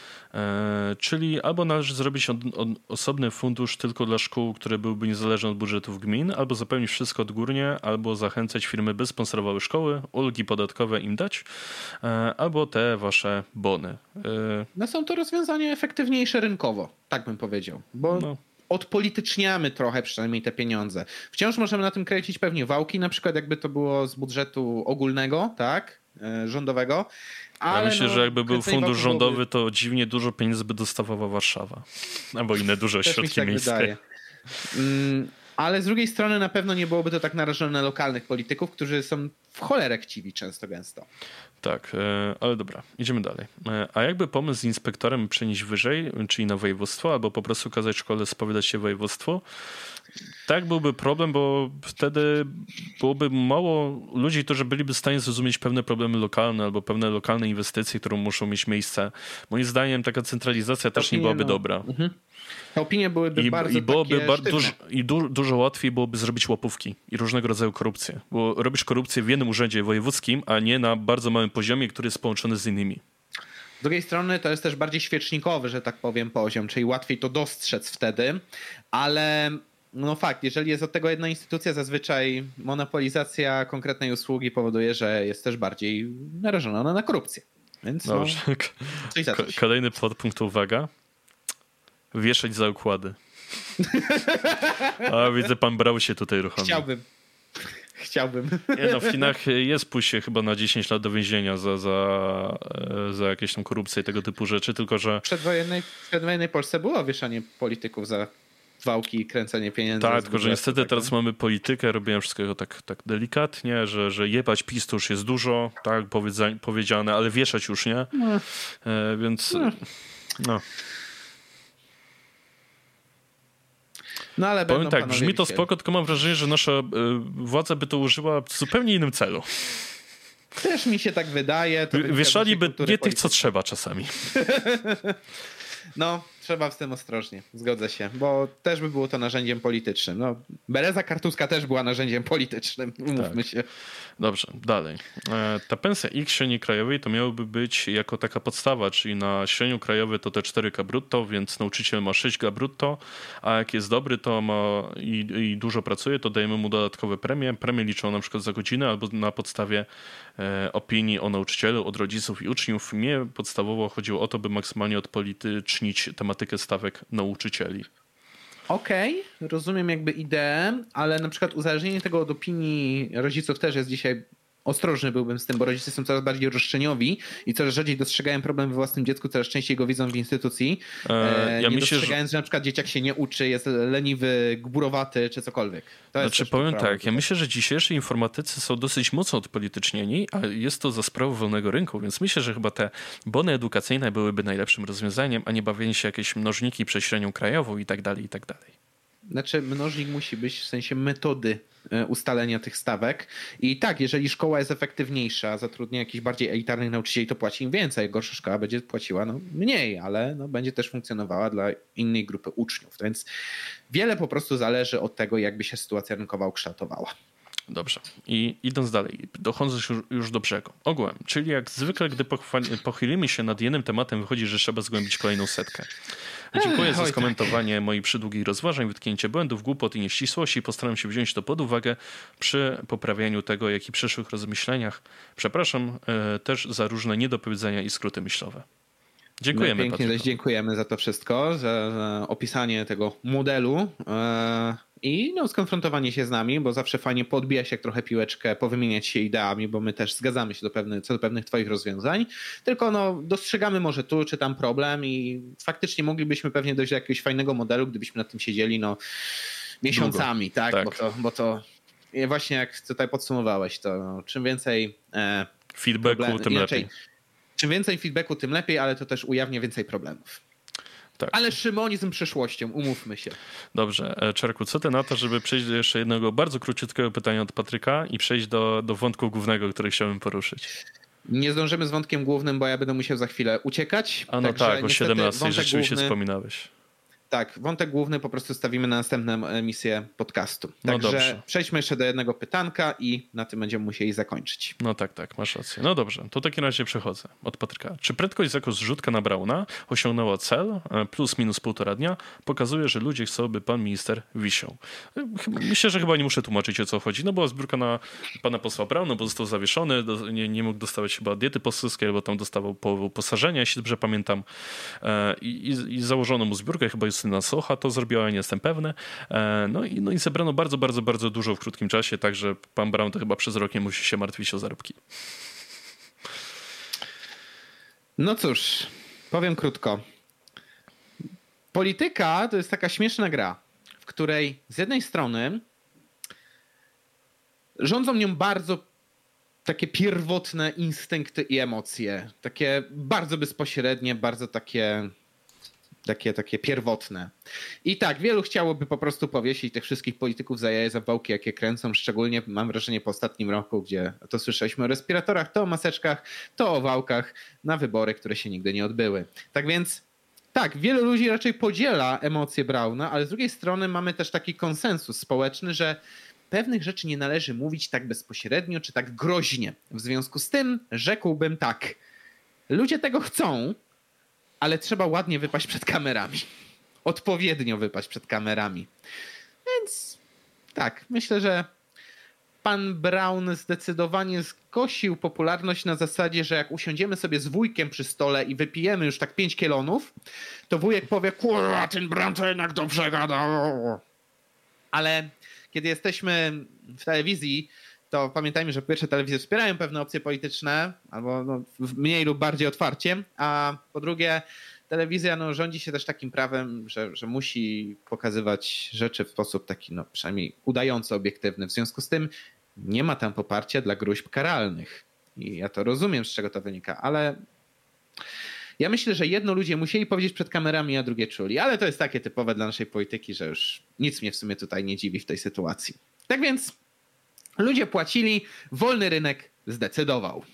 E, czyli albo należy zrobić od, od, osobny fundusz tylko dla szkół, które byłyby niezależne od budżetów gmin, albo zapewnić wszystko odgórnie, albo zachęcać firmy, by sponsorowały szkoły, ulgi podatkowe im dać, e, albo te wasze bony. E, no są to rozwiązania efektywniejsze rynkowo, tak bym powiedział. Bo no. odpolityczniamy trochę przynajmniej te pieniądze. Wciąż możemy na tym kręcić pewnie wałki, na przykład jakby to było z budżetu ogólnego, tak, rządowego. Ale ja myślę, no, że jakby był fundusz rządowy, byłoby... to dziwnie dużo pieniędzy by dostawała Warszawa. Albo inne duże Też środki mi się tak miejskie. Wydaje. Ale z drugiej strony na pewno nie byłoby to tak narażone na lokalnych polityków, którzy są w cholerę chciwi często gęsto. Tak, ale dobra, idziemy dalej. A jakby pomysł z inspektorem przenieść wyżej, czyli na województwo, albo po prostu kazać szkole spowiadać się województwu, tak byłby problem, bo wtedy byłoby mało ludzi, którzy byliby w stanie zrozumieć pewne problemy lokalne albo pewne lokalne inwestycje, które muszą mieć miejsce. Moim zdaniem taka centralizacja też nie byłaby no. dobra. Mhm. Te opinie byłyby I, bardzo i byłoby takie bar- dużo, I du- dużo łatwiej byłoby zrobić łapówki i różnego rodzaju korupcję. Bo robisz korupcję w jednym urzędzie wojewódzkim, a nie na bardzo małym poziomie, który jest połączony z innymi. Z drugiej strony to jest też bardziej świecznikowy, że tak powiem, poziom, czyli łatwiej to dostrzec wtedy, ale no fakt, jeżeli jest od tego jedna instytucja, zazwyczaj monopolizacja konkretnej usługi powoduje, że jest też bardziej narażona ona na korupcję. Więc Dobrze. No, coś za coś. Kolejny podpunkt, uwaga. Wieszać za układy. A widzę, pan brał się tutaj ruchomi. Chciałbym. Chciałbym. Nie no, w Chinach jest pójście chyba na dziesięć lat do więzienia za, za, za jakieś tam korupcję i tego typu rzeczy, tylko że... W przedwojennej, w przedwojennej Polsce było wieszanie polityków za wałki i kręcenie pieniędzy. Tak, tylko że niestety tak, teraz mamy politykę, robiłem wszystkiego tak, tak delikatnie, że, że jebać PiS to już jest dużo, tak powiedzia- powiedziane, ale wieszać już nie. No. E, więc no. no. No ale powiem tak, brzmi to spoko, tylko mam wrażenie, że nasza y, władza by to użyła w zupełnie innym celu. Też mi się tak wydaje. To Wieszaliby nie polityki. Tych, co trzeba czasami. No, trzeba z tym ostrożnie, zgodzę się, bo też by było to narzędziem politycznym. No, Bereza Kartuska też była narzędziem politycznym, umówmy tak. się. Dobrze, dalej. Ta pensja X średniej krajowej to miałoby być jako taka podstawa, czyli na średnią krajową to te cztery K brutto, więc nauczyciel ma sześć K brutto, a jak jest dobry to ma i, i dużo pracuje, to dajemy mu dodatkowe premie. Premie liczą na przykład za godzinę albo na podstawie e, opinii o nauczycielu, od rodziców i uczniów. Mnie podstawowo chodziło o to, by maksymalnie odpolitycznić tematykę stawek nauczycieli. Okej, okay, rozumiem jakby ideę, ale na przykład uzależnienie tego od opinii rodziców też jest dzisiaj ostrożny byłbym z tym, bo rodzice są coraz bardziej roszczeniowi i coraz rzadziej dostrzegają problem we własnym dziecku, coraz częściej go widzą w instytucji. E, ja nie myślę, dostrzegając, że... że na przykład dzieciak się nie uczy, jest leniwy, gburowaty czy cokolwiek. To znaczy powiem tak, ja myślę, że dzisiejsi informatycy są dosyć mocno odpolitycznieni, a jest to za sprawą wolnego rynku, więc myślę, że chyba te bony edukacyjne byłyby najlepszym rozwiązaniem, a nie bawienie się jakieś mnożniki przez średnią krajową i tak dalej, i tak dalej. Znaczy mnożnik musi być w sensie metody ustalenia tych stawek i tak, jeżeli szkoła jest efektywniejsza, zatrudnia jakichś bardziej elitarnych nauczycieli, to płaci im więcej, gorsza szkoła będzie płaciła no, mniej, ale no, będzie też funkcjonowała dla innej grupy uczniów, więc wiele po prostu zależy od tego, jakby się sytuacja rynkowa ukształtowała. Dobrze. I idąc dalej, dochodząc już, już do brzegu. Ogółem, czyli jak zwykle, gdy pochylimy się nad jednym tematem, wychodzi, że trzeba zgłębić kolejną setkę. Dziękuję Ech, za skomentowanie tak. moich przydługich rozważań, wytknięcie błędów, głupot i nieścisłości. Postaram się wziąć to pod uwagę przy poprawianiu tego, jak i przyszłych rozmyśleniach. Przepraszam e, też za różne niedopowiedzenia i skróty myślowe. Dziękujemy. No, pięknie, dziękujemy za to wszystko, za, za opisanie tego modelu e, i no, skonfrontowanie się z nami, bo zawsze fajnie podbija się jak trochę piłeczkę, powymieniać się ideami, bo my też zgadzamy się do pewnych, co do pewnych twoich rozwiązań, tylko no, dostrzegamy może tu czy tam problem i faktycznie moglibyśmy pewnie dojść do jakiegoś fajnego modelu, gdybyśmy nad tym siedzieli no, miesiącami, tak? tak. Bo, to, bo to właśnie jak tutaj podsumowałeś, to no, czym więcej e, feedbacku, problem, tym inaczej, lepiej. Czym więcej feedbacku, tym lepiej, ale to też ujawnia więcej problemów. Tak. Ale szymonizm przyszłością, umówmy się. Dobrze. Czarku, co ty na to, żeby przejść do jeszcze jednego bardzo króciutkiego pytania od Patryka i przejść do, do wątku głównego, który chciałbym poruszyć? Nie zdążymy z wątkiem głównym, bo ja będę musiał za chwilę uciekać. A no tak, o siedemnastej rzeczywiście główny... wspominałeś. Tak, wątek główny po prostu stawimy na następną emisję podcastu. Także no dobrze. Przejdźmy jeszcze do jednego pytanka i na tym będziemy musieli zakończyć. No tak, tak, masz rację. No dobrze, to w takim razie przechodzę od Patryka. Czy prędkość jako zrzutka na Brauna osiągnęła cel plus minus półtora dnia? Pokazuje, że ludzie chcą, by pan minister wisiał. Myślę, że chyba nie muszę tłumaczyć, o co chodzi. No była zbiórka na pana posła Brauna, bo został zawieszony, nie, nie mógł dostawać chyba diety poselskiej, bo tam dostawał połowę uposażenia, jeśli dobrze pamiętam. I, i, i założono mu zbiórkę, chyba jest na Socha to zrobiła, nie jestem pewny. No i, no i zebrano bardzo, bardzo, bardzo dużo w krótkim czasie, także pan Braun to chyba przez rok nie musi się martwić o zarobki. No cóż, powiem krótko. Polityka to jest taka śmieszna gra. w której z jednej strony rządzą nią bardzo takie pierwotne instynkty i emocje. Takie bardzo bezpośrednie, bardzo takie, takie, takie pierwotne. I tak, wielu chciałoby po prostu powiesić tych wszystkich polityków za jaje, za wałki, jakie kręcą. Szczególnie mam wrażenie po ostatnim roku, gdzie to słyszeliśmy o respiratorach, to o maseczkach, to o wałkach na wybory, które się nigdy nie odbyły. Tak więc tak, wielu ludzi raczej podziela emocje Brauna, ale z drugiej strony mamy też taki konsensus społeczny, że pewnych rzeczy nie należy mówić tak bezpośrednio czy tak groźnie. W związku z tym rzekłbym tak. Ludzie tego chcą, ale trzeba ładnie wypaść przed kamerami. Odpowiednio wypaść przed kamerami. Więc tak, myślę, że pan Braun zdecydowanie zgłosił popularność na zasadzie, że jak usiądziemy sobie z wujkiem przy stole i wypijemy już tak pięć kielonów, to wujek powie, kurwa, ten Braun to jednak dobrze gadał. Ale kiedy jesteśmy w telewizji, to pamiętajmy, że po pierwsze telewizje wspierają pewne opcje polityczne, albo no, mniej lub bardziej otwarcie, a po drugie telewizja no, rządzi się też takim prawem, że, że musi pokazywać rzeczy w sposób taki no, przynajmniej udająco obiektywny. W związku z tym nie ma tam poparcia dla gróźb karalnych. I ja to rozumiem, z czego to wynika, ale ja myślę, że jedno ludzie musieli powiedzieć przed kamerami, a drugie czuli. Ale to jest takie typowe dla naszej polityki, że już nic mnie w sumie tutaj nie dziwi w tej sytuacji. Tak więc ludzie płacili, wolny rynek zdecydował.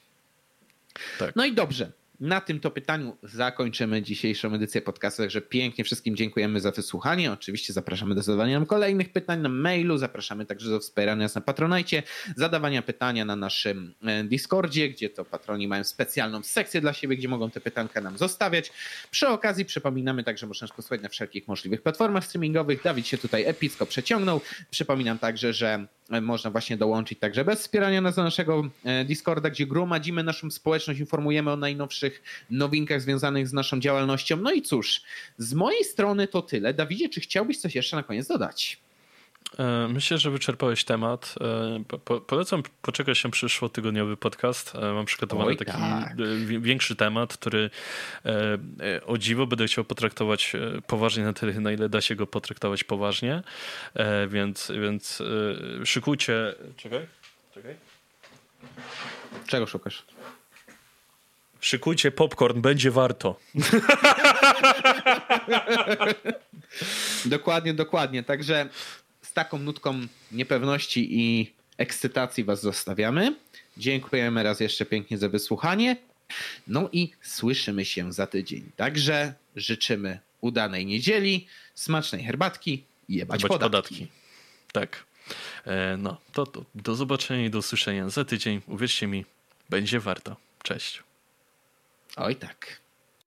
Tak. No i dobrze. Na tym to pytaniu zakończymy dzisiejszą edycję podcastu, także pięknie wszystkim dziękujemy za wysłuchanie. Oczywiście zapraszamy do zadawania nam kolejnych pytań na mailu, zapraszamy także do wspierania nas na Patronite, zadawania pytania na naszym Discordzie, gdzie to patroni mają specjalną sekcję dla siebie, gdzie mogą te pytanka nam zostawiać. Przy okazji przypominamy także, że można nas posłuchać na wszelkich możliwych platformach streamingowych. Dawid się tutaj epicko przeciągnął. Przypominam także, że można właśnie dołączyć także bez wspierania nas do naszego Discorda, gdzie gromadzimy naszą społeczność, informujemy o najnowszych nowinkach związanych z naszą działalnością. No i cóż, z mojej strony to tyle. Dawidzie, czy chciałbyś coś jeszcze na koniec dodać? Myślę, że wyczerpałeś temat. Po, polecam poczekać na przyszłotygodniowy podcast. Mam przygotowany Oj, taki tak. większy temat, który o dziwo będę chciał potraktować poważnie na tyle, na ile da się go potraktować poważnie. Więc, więc szykujcie... Czekaj, czekaj. Czego szukasz? Szykujcie popcorn, będzie warto. Dokładnie, dokładnie. Także z taką nutką niepewności i ekscytacji was zostawiamy. Dziękujemy raz jeszcze pięknie za wysłuchanie. No i słyszymy się za tydzień. Także życzymy udanej niedzieli, smacznej herbatki i jebać, jebać podatki. podatki. Tak. No, to, to do zobaczenia i do usłyszenia za tydzień. Uwierzcie mi, będzie warto. Cześć. Oj tak.